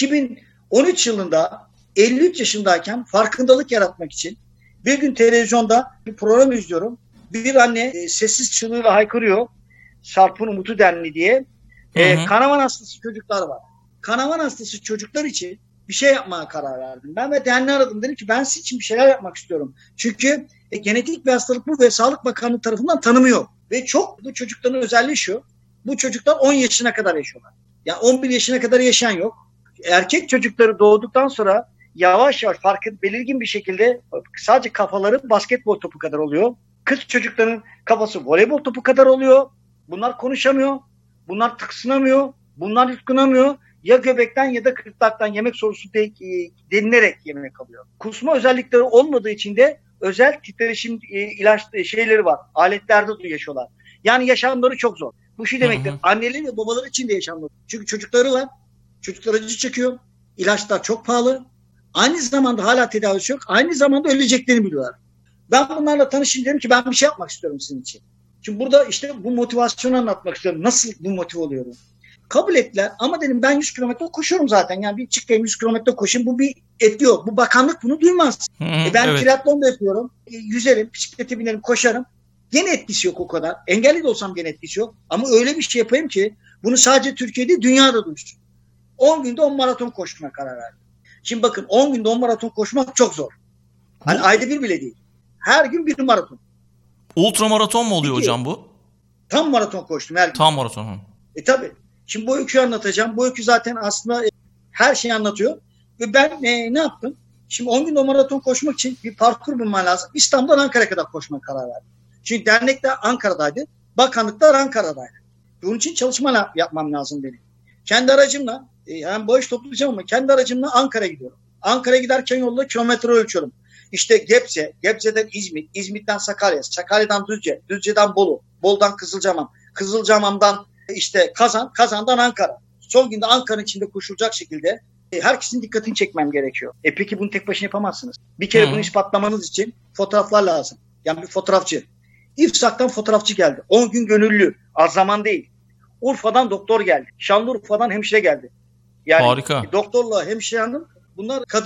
2013 yılında 53 yaşındayken farkındalık yaratmak için bir gün televizyonda bir program izliyorum. Bir anne sessiz çığlığıyla haykırıyor. Sarp'ın Umutu Derneği diye. Kanaman hastası çocuklar var. Kanaman hastası çocuklar için bir şey yapmaya karar verdim. Ben ve derneği aradım. Dedim ki ben sizin için bir şeyler yapmak istiyorum. Çünkü genetik bir hastalık bu ve Sağlık Bakanlığı tarafından tanımıyor. Ve çok bu çocukların özelliği şu. Bu çocuklar 10 yaşına kadar yaşıyorlar. Yani 11 yaşına kadar yaşayan yok. Erkek çocukları doğduktan sonra yavaş yavaş belirgin bir şekilde sadece kafaları basketbol topu kadar oluyor. Kız çocukların kafası voleybol topu kadar oluyor. Bunlar konuşamıyor. Bunlar tıksınamıyor. Bunlar yutkunamıyor. Ya göbekten ya da gırtlaktan yemek sorusu denilerek yemek alıyor. Kusma özellikleri olmadığı için de özel titreşim ilaç şeyleri var. Aletlerde de yaşıyorlar. Yani yaşamları çok zor. Bu şey demektir. Anneleri ve babaları için de yaşamları. Çünkü çocukları var. Çocuklar acı çekiyor. İlaçlar çok pahalı. Aynı zamanda hala tedavisi yok. Aynı zamanda öleceklerini biliyorlar. Ben bunlarla tanışayım dedim ki ben bir şey yapmak istiyorum sizin için. Şimdi burada işte bu motivasyonu anlatmak istiyorum. Nasıl bu motive oluyorum? Kabul ettiler ama dedim ben 100 kilometre koşuyorum zaten. Yani bir çıkayım 100 kilometre koşayım bu bir etki yok. Bu bakanlık bunu duymaz. Ben triatlon da yapıyorum. Yüzerim, bisiklete binerim, koşarım. Gene etkisi yok o kadar. Engelli de olsam gene etkisi yok. Ama öyle bir şey yapayım ki bunu sadece Türkiye'de dünyada duysun. 10 günde 10 maraton koşmaya karar verdim. Şimdi bakın 10 günde 10 maraton koşmak çok zor. Hani ayda bir bile değil. Her gün bir maraton. Ultra maraton mu oluyor hocam bu? Tam maraton koştum her gün. Tam maraton. Tabii. Şimdi bu öyküyü anlatacağım. Bu öykü zaten aslında her şeyi anlatıyor. Ve ben ne yaptım? Şimdi 10 gün o maraton koşmak için bir parkur bulman lazım. İstanbul'dan Ankara'ya kadar koşmaya karar verdim. Çünkü dernek de Ankara'daydı. Bakanlık da Ankara'daydı. Bunun için çalışma yapmam lazım benim. Kendi aracımla hem bağış toplayacağım ama kendi aracımla Ankara'ya gidiyorum. Ankara'ya giderken yolda kilometre ölçüyorum. İşte Gebze, Gebze'den İzmit, İzmit'ten Sakarya, Sakarya'dan Düzce, Düzce'den Bolu, Bolu'dan Kızılcamam, Kızılcamam'dan işte Kazan'dan Ankara. Son günde Ankara'nın içinde koşulacak şekilde herkesin dikkatini çekmem gerekiyor. Peki bunu tek başına yapamazsınız. Bir kere bunu ispatlamanız için fotoğraflar lazım. Yani bir fotoğrafçı. İFSAK'tan fotoğrafçı geldi. 10 gün gönüllü. Az zaman değil. Urfa'dan doktor geldi. Şanlıurfa'dan hemşire geldi. Yani harika. Doktorla hemşire hanım bunlar kadın.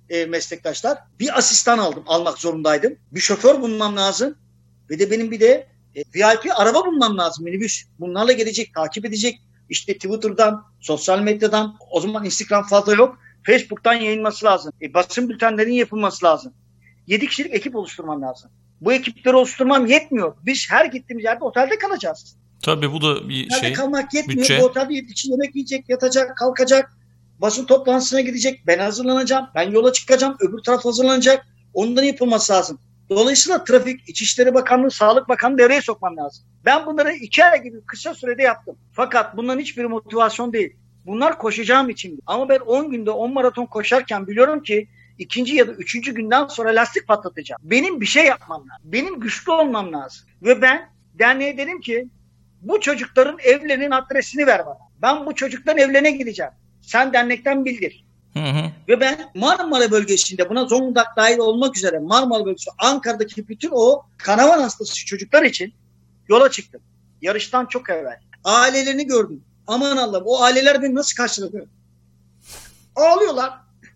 meslektaşlar. Bir asistan almak zorundaydım. Bir şoför bulmam lazım. Ve de benim bir de VIP araba bulmam lazım, minibüs. Bunlarla gelecek, takip edecek. İşte Twitter'dan, sosyal medyadan, o zaman Instagram fazla yok. Facebook'tan yayılması lazım. Basın bültenlerinin yapılması lazım. 7 kişilik ekip oluşturmam lazım. Bu ekipleri oluşturmam yetmiyor. Biz her gittiğimiz yerde otelde kalacağız. Tabii bu da bir otelde şey. kalmak yetmiyor. Bütçe. Bu otelde için yemek yiyecek, yatacak, kalkacak. Basın toplantısına gidecek. Ben hazırlanacağım. Ben yola çıkacağım. Öbür taraf hazırlanacak. Onların yapılması lazım. Dolayısıyla trafik, İçişleri Bakanlığı, Sağlık Bakanlığı devreye sokmam lazım. Ben bunları 2 ay gibi kısa sürede yaptım. Fakat bunların hiçbiri motivasyon değil. Bunlar koşacağım için. Ama ben 10 günde 10 maraton koşarken biliyorum ki 2. ya da 3. günden sonra lastik patlatacağım. Benim bir şey yapmam lazım. Benim güçlü olmam lazım. Ve ben derneğe dedim ki bu çocukların evlerinin adresini ver bana. Ben bu çocukların evlerine gideceğim. Sen dernekten bildir. Hı. Ve ben Marmara bölgesinde, buna Zonguldak dahil olmak üzere Marmara bölgesi, Ankara'daki bütün o kanavan hastası çocuklar için yola çıktım. Yarıştan çok evvel. Ailelerini gördüm. Aman Allah'ım, o aileler beni nasıl karşıladı? Ağlıyorlar.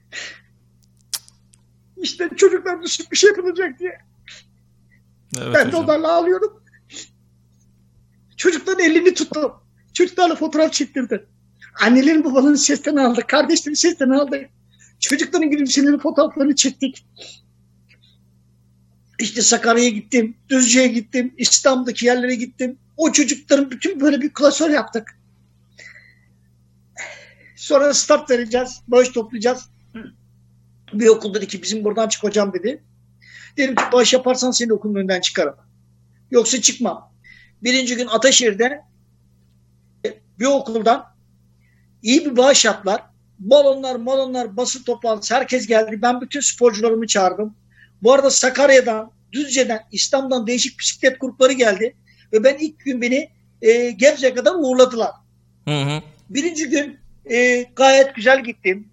İşte çocuklar bir şey yapılacak diye. Evet, ben de hocam. onlarla ağlıyorum. Çocukların elini tuttum. Çocuklarla fotoğraf çektirdim. Annelerin babaların sesten aldık. Kardeşlerin sesten aldık. Çocukların gülümsemeli fotoğraflarını çektik. İşte Sakarya'ya gittim. Düzce'ye gittim. İstanbul'daki yerlere gittim. O çocukların bütün böyle bir klasör yaptık. Sonra start vereceğiz. Bağış toplayacağız. Bir okul dedi ki bizim buradan çık hocam dedi. Dedim ki bağış yaparsan seni okulun önünden çıkarım. Yoksa çıkmam. Birinci gün Ataşehir'de bir okuldan iyi bir bağış yaptılar. Balonlar, basın toplantısı, herkes geldi. Ben bütün sporcularımı çağırdım. Bu arada Sakarya'dan, Düzce'den, İstanbul'dan değişik bisiklet grupları geldi. Ve ben ilk gün beni Gebze'ye kadar uğurladılar. Hı. Birinci gün gayet güzel gittim.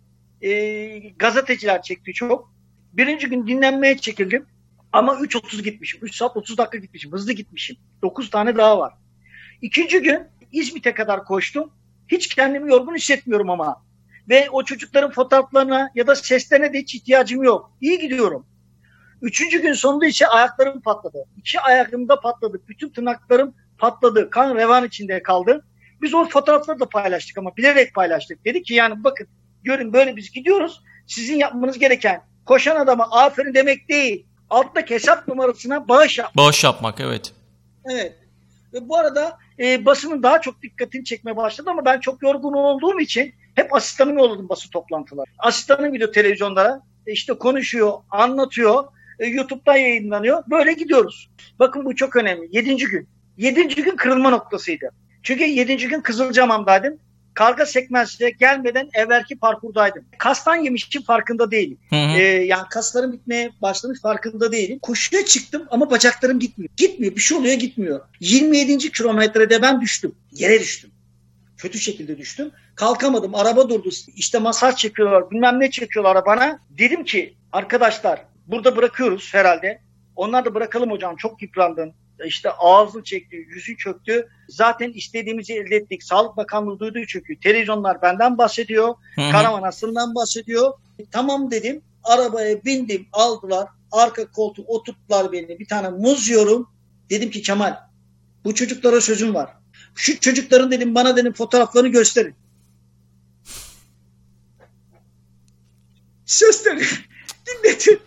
Gazeteciler çekti çok. Birinci gün dinlenmeye çekildim. Ama 3.30 gitmişim. 3 saat 30 dakika gitmişim. Hızlı gitmişim. 9 tane daha var. İkinci gün İzmit'e kadar koştum. Hiç kendimi yorgun hissetmiyorum ama. Ve o çocukların fotoğraflarına ya da seslerine de hiç ihtiyacım yok. İyi gidiyorum. Üçüncü gün sonunda ise ayaklarım patladı. 2 ayakımda patladı. Bütün tırnaklarım patladı. Kan revan içinde kaldı. Biz o fotoğrafları da paylaştık ama bilerek paylaştık. Dedik ki yani bakın görün böyle biz gidiyoruz. Sizin yapmanız gereken koşan adama aferin demek değil. Alttaki hesap numarasına bağış yap. Bağış yapmak, evet. Evet. Ve bu arada basının daha çok dikkatini çekmeye başladı ama ben çok yorgun olduğum için hep asistanımı yolladım basın toplantıları. Asistanım gidiyor televizyonlara, işte konuşuyor, anlatıyor, YouTube'dan yayınlanıyor. Böyle gidiyoruz. Bakın bu çok önemli. 7. gün. 7. gün kırılma noktasıydı. Çünkü 7. gün Kızılcahamam'daydım. Karga sekmezse gelmeden evvelki parkurdaydım. Kastan yemişim farkında değilim. Yani kaslarım bitmeye başlamış farkında değilim. Koşuya çıktım ama bacaklarım gitmiyor. Gitmiyor. Bir şey oluyor gitmiyor. 27. kilometrede ben düştüm. Yere düştüm. Kötü şekilde düştüm. Kalkamadım. Araba durdu. İşte masaj çekiyorlar. Bilmem ne çekiyorlar bana. Dedim ki arkadaşlar burada bırakıyoruz herhalde. Onlar da bırakalım hocam. Çok yıprandın. İşte ağzını çekti, yüzü çöktü. Zaten istediğimizi elde ettik. Sağlık Bakanlığı duydu çünkü. Televizyonlar benden bahsediyor. Karavan Aslı'ndan bahsediyor. Tamam dedim. Arabaya bindim, aldılar. Arka koltuğa oturttular beni. Bir tane muz yiyorum. Dedim ki Kemal, bu çocuklara sözüm var. Şu çocukların dedim bana dedim fotoğraflarını gösterin. Sesleri dinletin.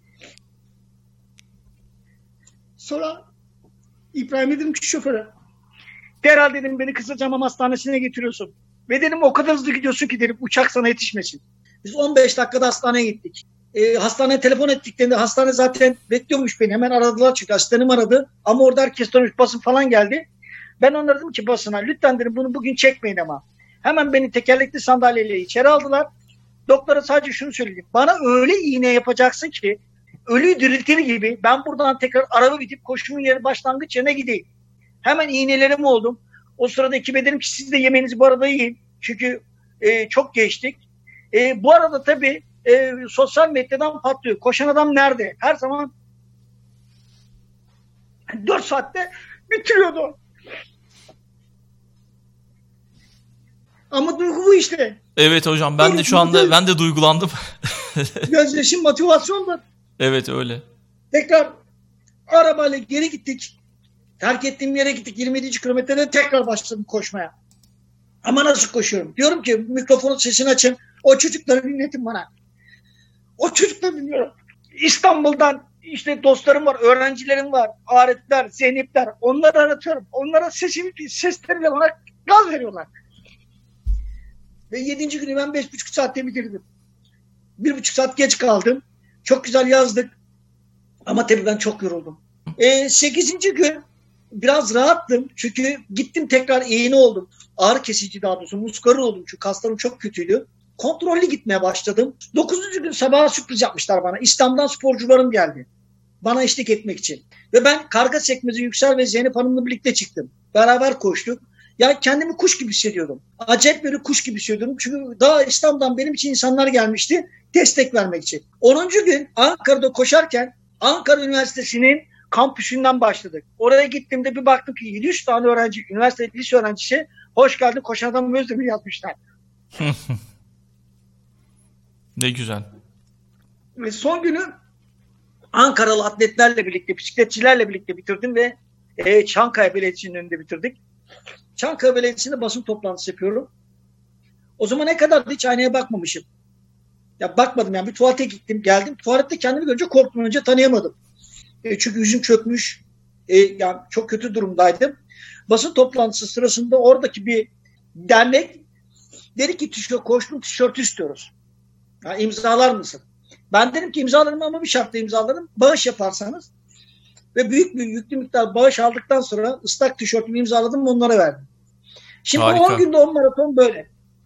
Sonra İbrahim dedim ki şoföre. Derhal dedim beni Kızılcahamam Hastanesi'ne getiriyorsun. Ve dedim o kadar hızlı gidiyorsun ki dedim uçak sana yetişmesin. Biz 15 dakikada hastaneye gittik. Hastaneye telefon ettiklerinde hastane zaten bekliyormuş beni. Hemen aradılar çünkü asistanım aradı. Ama orada herkes tanış basın falan geldi. Ben onlara dedim ki basına lütfen dedim bunu bugün çekmeyin ama. Hemen beni tekerlekli sandalyeyle içeri aldılar. Doktora sadece şunu söyledim. Bana öyle iğne yapacaksın ki ölüyü diriltir gibi ben buradan tekrar araba bitip koşumun yeri başlangıç yerine gideyim. Hemen iğnelerimi oldum. O sırada ekibe dedim ki siz de yemeğinizi bu arada yiyin. Çünkü çok geçtik. Bu arada tabii sosyal medyadan patlıyor. Koşan adam nerede? Her zaman 4 saatte bitiriyordu. Ama duygu bu işte. Evet hocam, ben de şu anda ben de duygulandım. Gözyaşım motivasyondur. Evet öyle. Tekrar arabayla geri gittik. Terk ettiğim yere gittik. 27. kilometrede tekrar başladım koşmaya. Ama nasıl koşuyorum? Diyorum ki mikrofonun sesini açın. O çocukları dinletin bana. O çocukları dinliyorum. İstanbul'dan işte dostlarım var, öğrencilerim var. Arifler, Zeynepler. Onları aratıyorum. Onlara sesleriyle bana gaz veriyorlar. Ve 7. günü ben 5,5 saatte bitirdim. 1,5 saat geç kaldım. Çok güzel yazdık. Ama tabii ben çok yoruldum. 8. gün biraz rahattım. Çünkü gittim tekrar iğne oldum. Ağrı kesici daha doğrusu. Muskarı oldum. Çünkü kaslarım çok kötüydü. Kontrollü gitmeye başladım. 9. gün sabah sürpriz yapmışlar bana. İstanbul'dan sporcularım geldi. Bana eşlik etmek için. Ve ben Karga Sekmezi Yüksel ve Zeynep Hanım'la birlikte çıktım. Beraber koştuk. Ya kendimi kuş gibi hissediyordum. Acayip böyle kuş gibi hissediyordum. Çünkü daha İstanbul'dan benim için insanlar gelmişti. Destek vermek için. 10. gün Ankara'da koşarken Ankara Üniversitesi'nin kampüsünden başladık. Oraya gittiğimde bir baktım ki 700 tane öğrenci, üniversite lise öğrencisi hoş geldin koşan adam Özdemir yazmışlar. Ne güzel. Ve son günü Ankaralı atletlerle birlikte, bisikletçilerle birlikte bitirdim ve Çankaya Belediyesi'nin önünde bitirdik. Çankaya Belediyesi'nde basın toplantısı yapıyorum. O zaman ne kadar hiç aynaya bakmamışım. Ya bakmadım yani bir tuvalete gittim geldim. Tuvalette kendimi görünce korktum, önce tanıyamadım. Çünkü yüzüm çökmüş. Yani çok kötü durumdaydım. Basın toplantısı sırasında oradaki bir dernek dedi ki koştum tişörtü istiyoruz. Ya, imzalar mısın? Ben dedim ki imzalarım ama bir şartla imzalarım. Bağış yaparsanız. Ve büyük bir yüklü miktar bağış aldıktan sonra ıslak tişörtümü imzaladım, onlara verdim. Şimdi Harika. 10 günde 10 maraton böyle.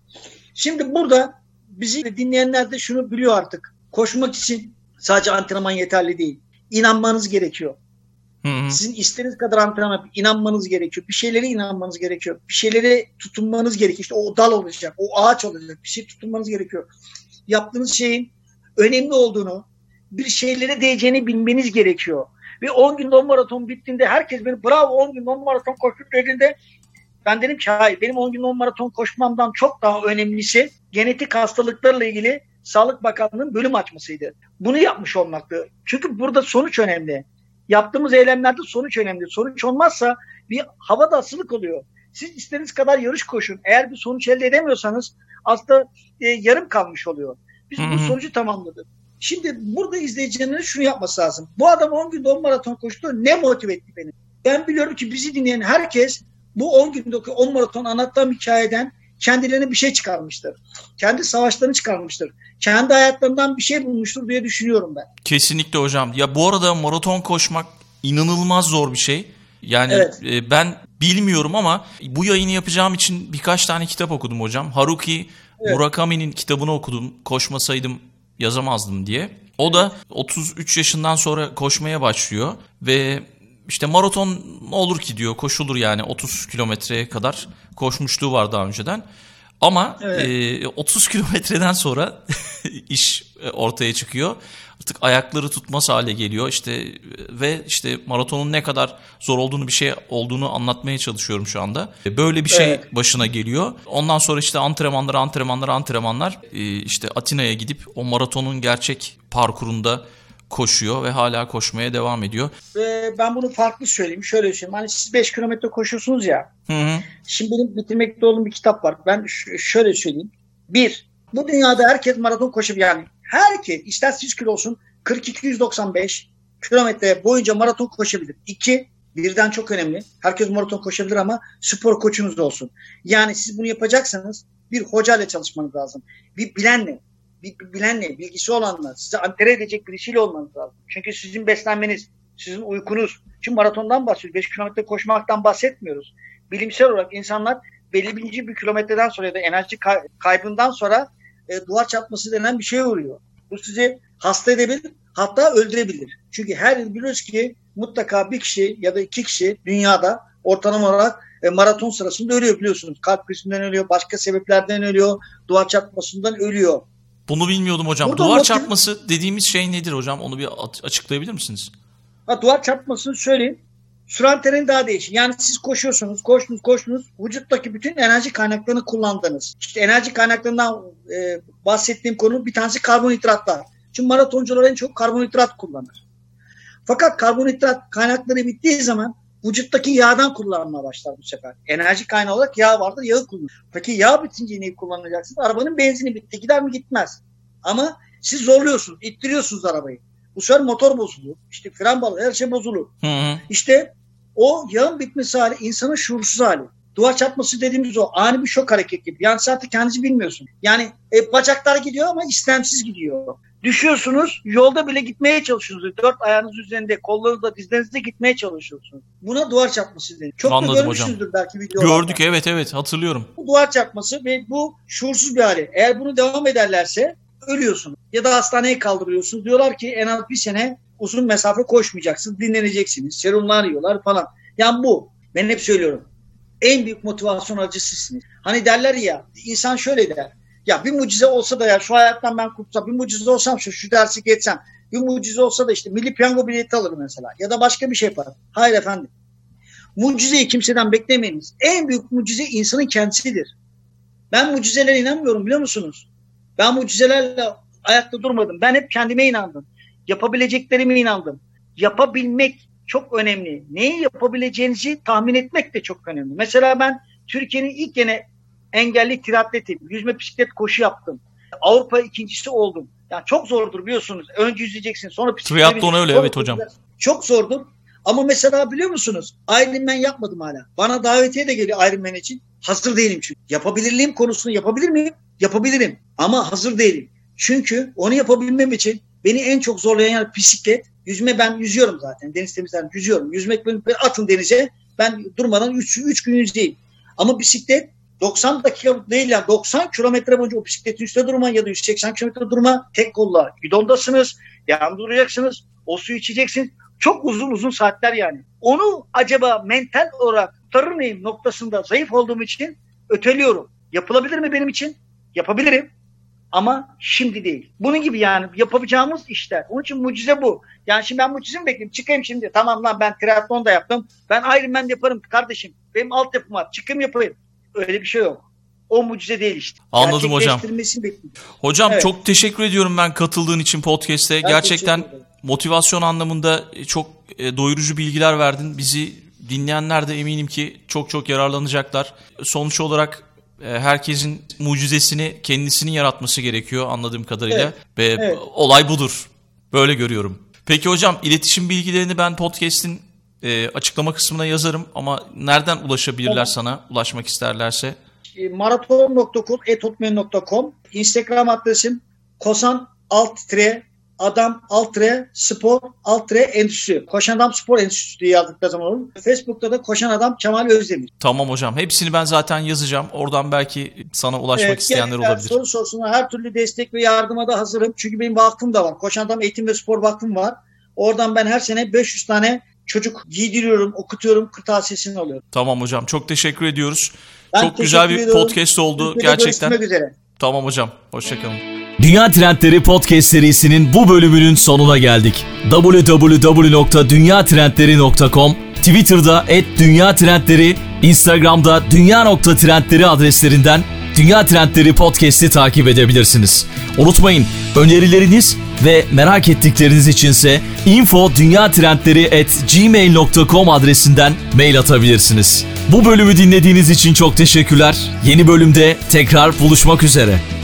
Şimdi burada bizi dinleyenler de şunu biliyor artık. Koşmak için sadece antrenman yeterli değil. İnanmanız gerekiyor. Hı. Sizin istediğiniz kadar antrenman, inanmanız gerekiyor. Bir şeylere inanmanız gerekiyor. Bir şeylere tutunmanız gerekiyor. İşte o dal olacak, o ağaç olacak. Bir şey tutunmanız gerekiyor. Yaptığınız şeyin önemli olduğunu, bir şeylere değeceğini bilmeniz gerekiyor. Ve 10 günde 10 maraton bittiğinde herkes beni bravo 10 günde 10 maraton koştuk dediğinde ben dedim ki hayır, benim 10 günde 10 maraton koşmamdan çok daha önemlisi genetik hastalıklarla ilgili Sağlık Bakanlığı'nın bölüm açmasıydı. Bunu yapmış olmaktı. Çünkü burada sonuç önemli. Yaptığımız eylemlerde sonuç önemli. Sonuç olmazsa bir havada asılık oluyor. Siz istediğiniz kadar yarış koşun. Eğer bir sonuç elde edemiyorsanız aslında yarım kalmış oluyor. Biz bu sonucu tamamladık. Şimdi burada izleyicilerin şunu yapması lazım. Bu adam 10 günde 10 maraton koştu. Ne motive etti beni? Ben biliyorum ki bizi dinleyen herkes bu 10 gündeki 10 maraton anlattığım hikayeden kendilerine bir şey çıkarmıştır. Kendi savaşlarını çıkarmıştır. Kendi hayatlarından bir şey bulmuştur diye düşünüyorum ben. Kesinlikle hocam. Ya bu arada maraton koşmak inanılmaz zor bir şey. Yani evet. Ben bilmiyorum ama bu yayını yapacağım için birkaç tane kitap okudum hocam. Haruki Murakami'nin kitabını okudum. Koşmasaydım yazamazdım diye. O da 33 yaşından sonra koşmaya başlıyor ve işte maraton ne olur ki diyor, koşulur yani 30 kilometreye kadar koşmuşluğu var daha önceden. Ama 30 kilometreden sonra iş ortaya çıkıyor. Artık ayakları tutmaz hale geliyor işte ve işte maratonun ne kadar zor olduğunu, bir şey olduğunu anlatmaya çalışıyorum şu anda. Böyle bir şey başına geliyor. Ondan sonra işte antrenmanlar işte Atina'ya gidip o maratonun gerçek parkurunda koşuyor ve hala koşmaya devam ediyor. Ben bunu farklı söyleyeyim. Şöyle söyleyeyim. Hani siz 5 kilometre koşuyorsunuz ya. Hı. Şimdi benim bitirmekte olduğum bir kitap var. Ben şöyle söyleyeyim. 1. Bu dünyada herkes maraton koşabilir. Yani herkes ister 100 kilo olsun 4295 kilometre boyunca maraton koşabilir. 2. Birden çok önemli. Herkes maraton koşabilir ama spor koçunuz da olsun. Yani siz bunu yapacaksanız bir hocayla çalışmanız lazım. Bir bilenle, bilgisi olanla, size antre edecek birisiyle olmanız lazım. Çünkü sizin beslenmeniz, sizin uykunuz. Şimdi maratondan bahsediyoruz. 5 kilometre koşmaktan bahsetmiyoruz. Bilimsel olarak insanlar belli bir kilometreden sonra ya da enerji kaybından sonra duvar çarpması denen bir şeye uğruyor. Bu sizi hasta edebilir, hatta öldürebilir. Çünkü her yıl biliyoruz ki mutlaka bir kişi ya da 2 kişi dünyada ortalama olarak maraton sırasında ölüyor biliyorsunuz. Kalp krizinden ölüyor, başka sebeplerden ölüyor, duvar çarpmasından ölüyor. Bunu bilmiyordum hocam. Burada duvar çarpması dediğimiz şey nedir hocam? Onu bir açıklayabilir misiniz? Duvar çarpmasını söyleyeyim. Süren terin daha değişik. Yani siz koşuyorsunuz, koştunuz. Vücuttaki bütün enerji kaynaklarını kullandınız. İşte enerji kaynaklarından bahsettiğim konu bir tanesi karbonhidratlar. Çünkü maratoncular en çok karbonhidrat kullanır. Fakat karbonhidrat kaynakları bittiği zaman vücuttaki yağdan kullanmaya başlar bu sefer. Enerji kaynağı olarak yağ vardır, yağı kullanır. Peki yağ bitince neyi kullanacaksınız? Arabanın benzini bitti. Gider mi? Gitmez. Ama siz zorluyorsunuz, ittiriyorsunuz arabayı. Bu sefer motor bozulur. İşte fren balı, her şey bozulur. İşte o yağın bitmesi hali insanın şuursuz hali. Duvar çarpması dediğimiz o ani bir şok hareket gibi. Yani zaten kendinizi bilmiyorsun. Yani bacaklar gidiyor ama istemsiz gidiyor. Düşüyorsunuz, yolda bile gitmeye çalışıyorsunuz. 4 ayağınız üzerinde, kollarınızda, dizlerinizde gitmeye çalışıyorsunuz. Buna duvar çarpması deniyor. Çok Anladım da görmüşsünüzdür belki videolarda. Gördük, evet hatırlıyorum. Bu duvar çarpması ve bu şuursuz bir hali. Eğer bunu devam ederlerse ölüyorsunuz. Ya da hastaneye kaldırıyorsunuz. Diyorlar ki en az bir sene uzun mesafe koşmayacaksınız, dinleneceksiniz. Serumlar yiyorlar falan. Yani bu, ben hep söylüyorum. En büyük motivasyon aracı sizsiniz. Hani derler ya, insan şöyle der. Ya bir mucize olsa da ya şu hayattan ben kurtulsam, bir mucize olsam şu dersi geçsem, bir mucize olsa da işte milli piyango bileti alırım mesela. Ya da başka bir şey yaparım. Hayır efendim. Mucizeyi kimseden beklemeyiniz. En büyük mucize insanın kendisidir. Ben mucizelere inanmıyorum, biliyor musunuz? Ben mucizelerle ayakta durmadım. Ben hep kendime inandım. Yapabileceklerime inandım. Yapabilmek çok önemli. Neyi yapabileceğinizi tahmin etmek de çok önemli. Mesela ben Türkiye'nin ilk gene engelli triatletim. Yüzme, bisiklet, koşu yaptım. Avrupa ikincisi oldum. Yani çok zordur biliyorsunuz. Önce yüzeceksin, sonra bisiklet. Triatlon öyle, evet hocam. Çok zordur. Ama mesela biliyor musunuz? Ironman yapmadım hala. Bana davetiye de geliyor Ironman için. Hazır değilim çünkü. Yapabilirliğim konusunu yapabilir miyim? Yapabilirim. Ama hazır değilim. Çünkü onu yapabilmem için beni en çok zorlayan yer bisiklet. Yüzme, ben yüzüyorum zaten. Deniz temizlerken yüzüyorum. Yüzmek, beni atın denize. Ben durmadan 3 gün yüzeyim. Ama bisiklet 90 dakika değil yani 90 kilometre boyunca o bisikletin üstünde durma ya da 180 kilometre durma. Tek kolla gidondasınız. Yan duracaksınız. O suyu içeceksiniz. Çok uzun saatler yani. Onu acaba mental olarak tutarır mıyım noktasında zayıf olduğum için öteliyorum. Yapılabilir mi benim için? Yapabilirim. Ama şimdi değil. Bunun gibi yani yapabileceğimiz işler. Onun için mucize bu. Yani şimdi ben mucize mi bekleyeyim? Çıkayım şimdi. Tamam lan ben triatlon da yaptım. Ben Ironman yaparım kardeşim. Benim altyapım var. Çıkayım yapayım. Öyle bir şey yok. O mucize değil işte. Anladım hocam. Hocam evet. Çok teşekkür ediyorum ben katıldığın için podcast'e. Gerçekten motivasyon anlamında çok doyurucu bilgiler verdin. Bizi dinleyenler de eminim ki çok yararlanacaklar. Sonuç olarak herkesin mucizesini kendisinin yaratması gerekiyor anladığım kadarıyla. Evet. Ve olay budur. Böyle görüyorum. Peki hocam, iletişim bilgilerini ben podcast'in açıklama kısmına yazarım ama nereden ulaşabilirler sana, ulaşmak isterlerse? maraton.com Instagram adresim kosan_adam_spor_endüstri. Koşan Adam Spor Endüstrisi diye yazdıkları zaman olur. Facebook'ta da Koşan Adam Kemal Özdemir. Tamam hocam. Hepsini ben zaten yazacağım. Oradan belki sana ulaşmak isteyenler olabilir. Soru sorsunlar. Her türlü destek ve yardıma da hazırım. Çünkü benim vakfım da var. Koşan Adam Eğitim ve Spor Vakfım var. Oradan ben her sene 500 tane çocuk giydiriyorum, okutuyorum, kırtasiyesini alıyorum. Tamam hocam. Çok teşekkür ediyoruz. Ben çok güzel bir podcast oldu. Türkiye'de gerçekten. Görüşmek üzere. Tamam hocam. Hoşçakalın. Dünya Trendleri Podcast serisinin bu bölümünün sonuna geldik. www.dünyatrendleri.com, Twitter'da @dünyatrendleri, Instagram'da dünya.trendleri adreslerinden Dünya Trendleri Podcast'i takip edebilirsiniz. Unutmayın, önerileriniz ve merak ettikleriniz içinse info@dünyatrendleri@gmail.com adresinden mail atabilirsiniz. Bu bölümü dinlediğiniz için çok teşekkürler. Yeni bölümde tekrar buluşmak üzere.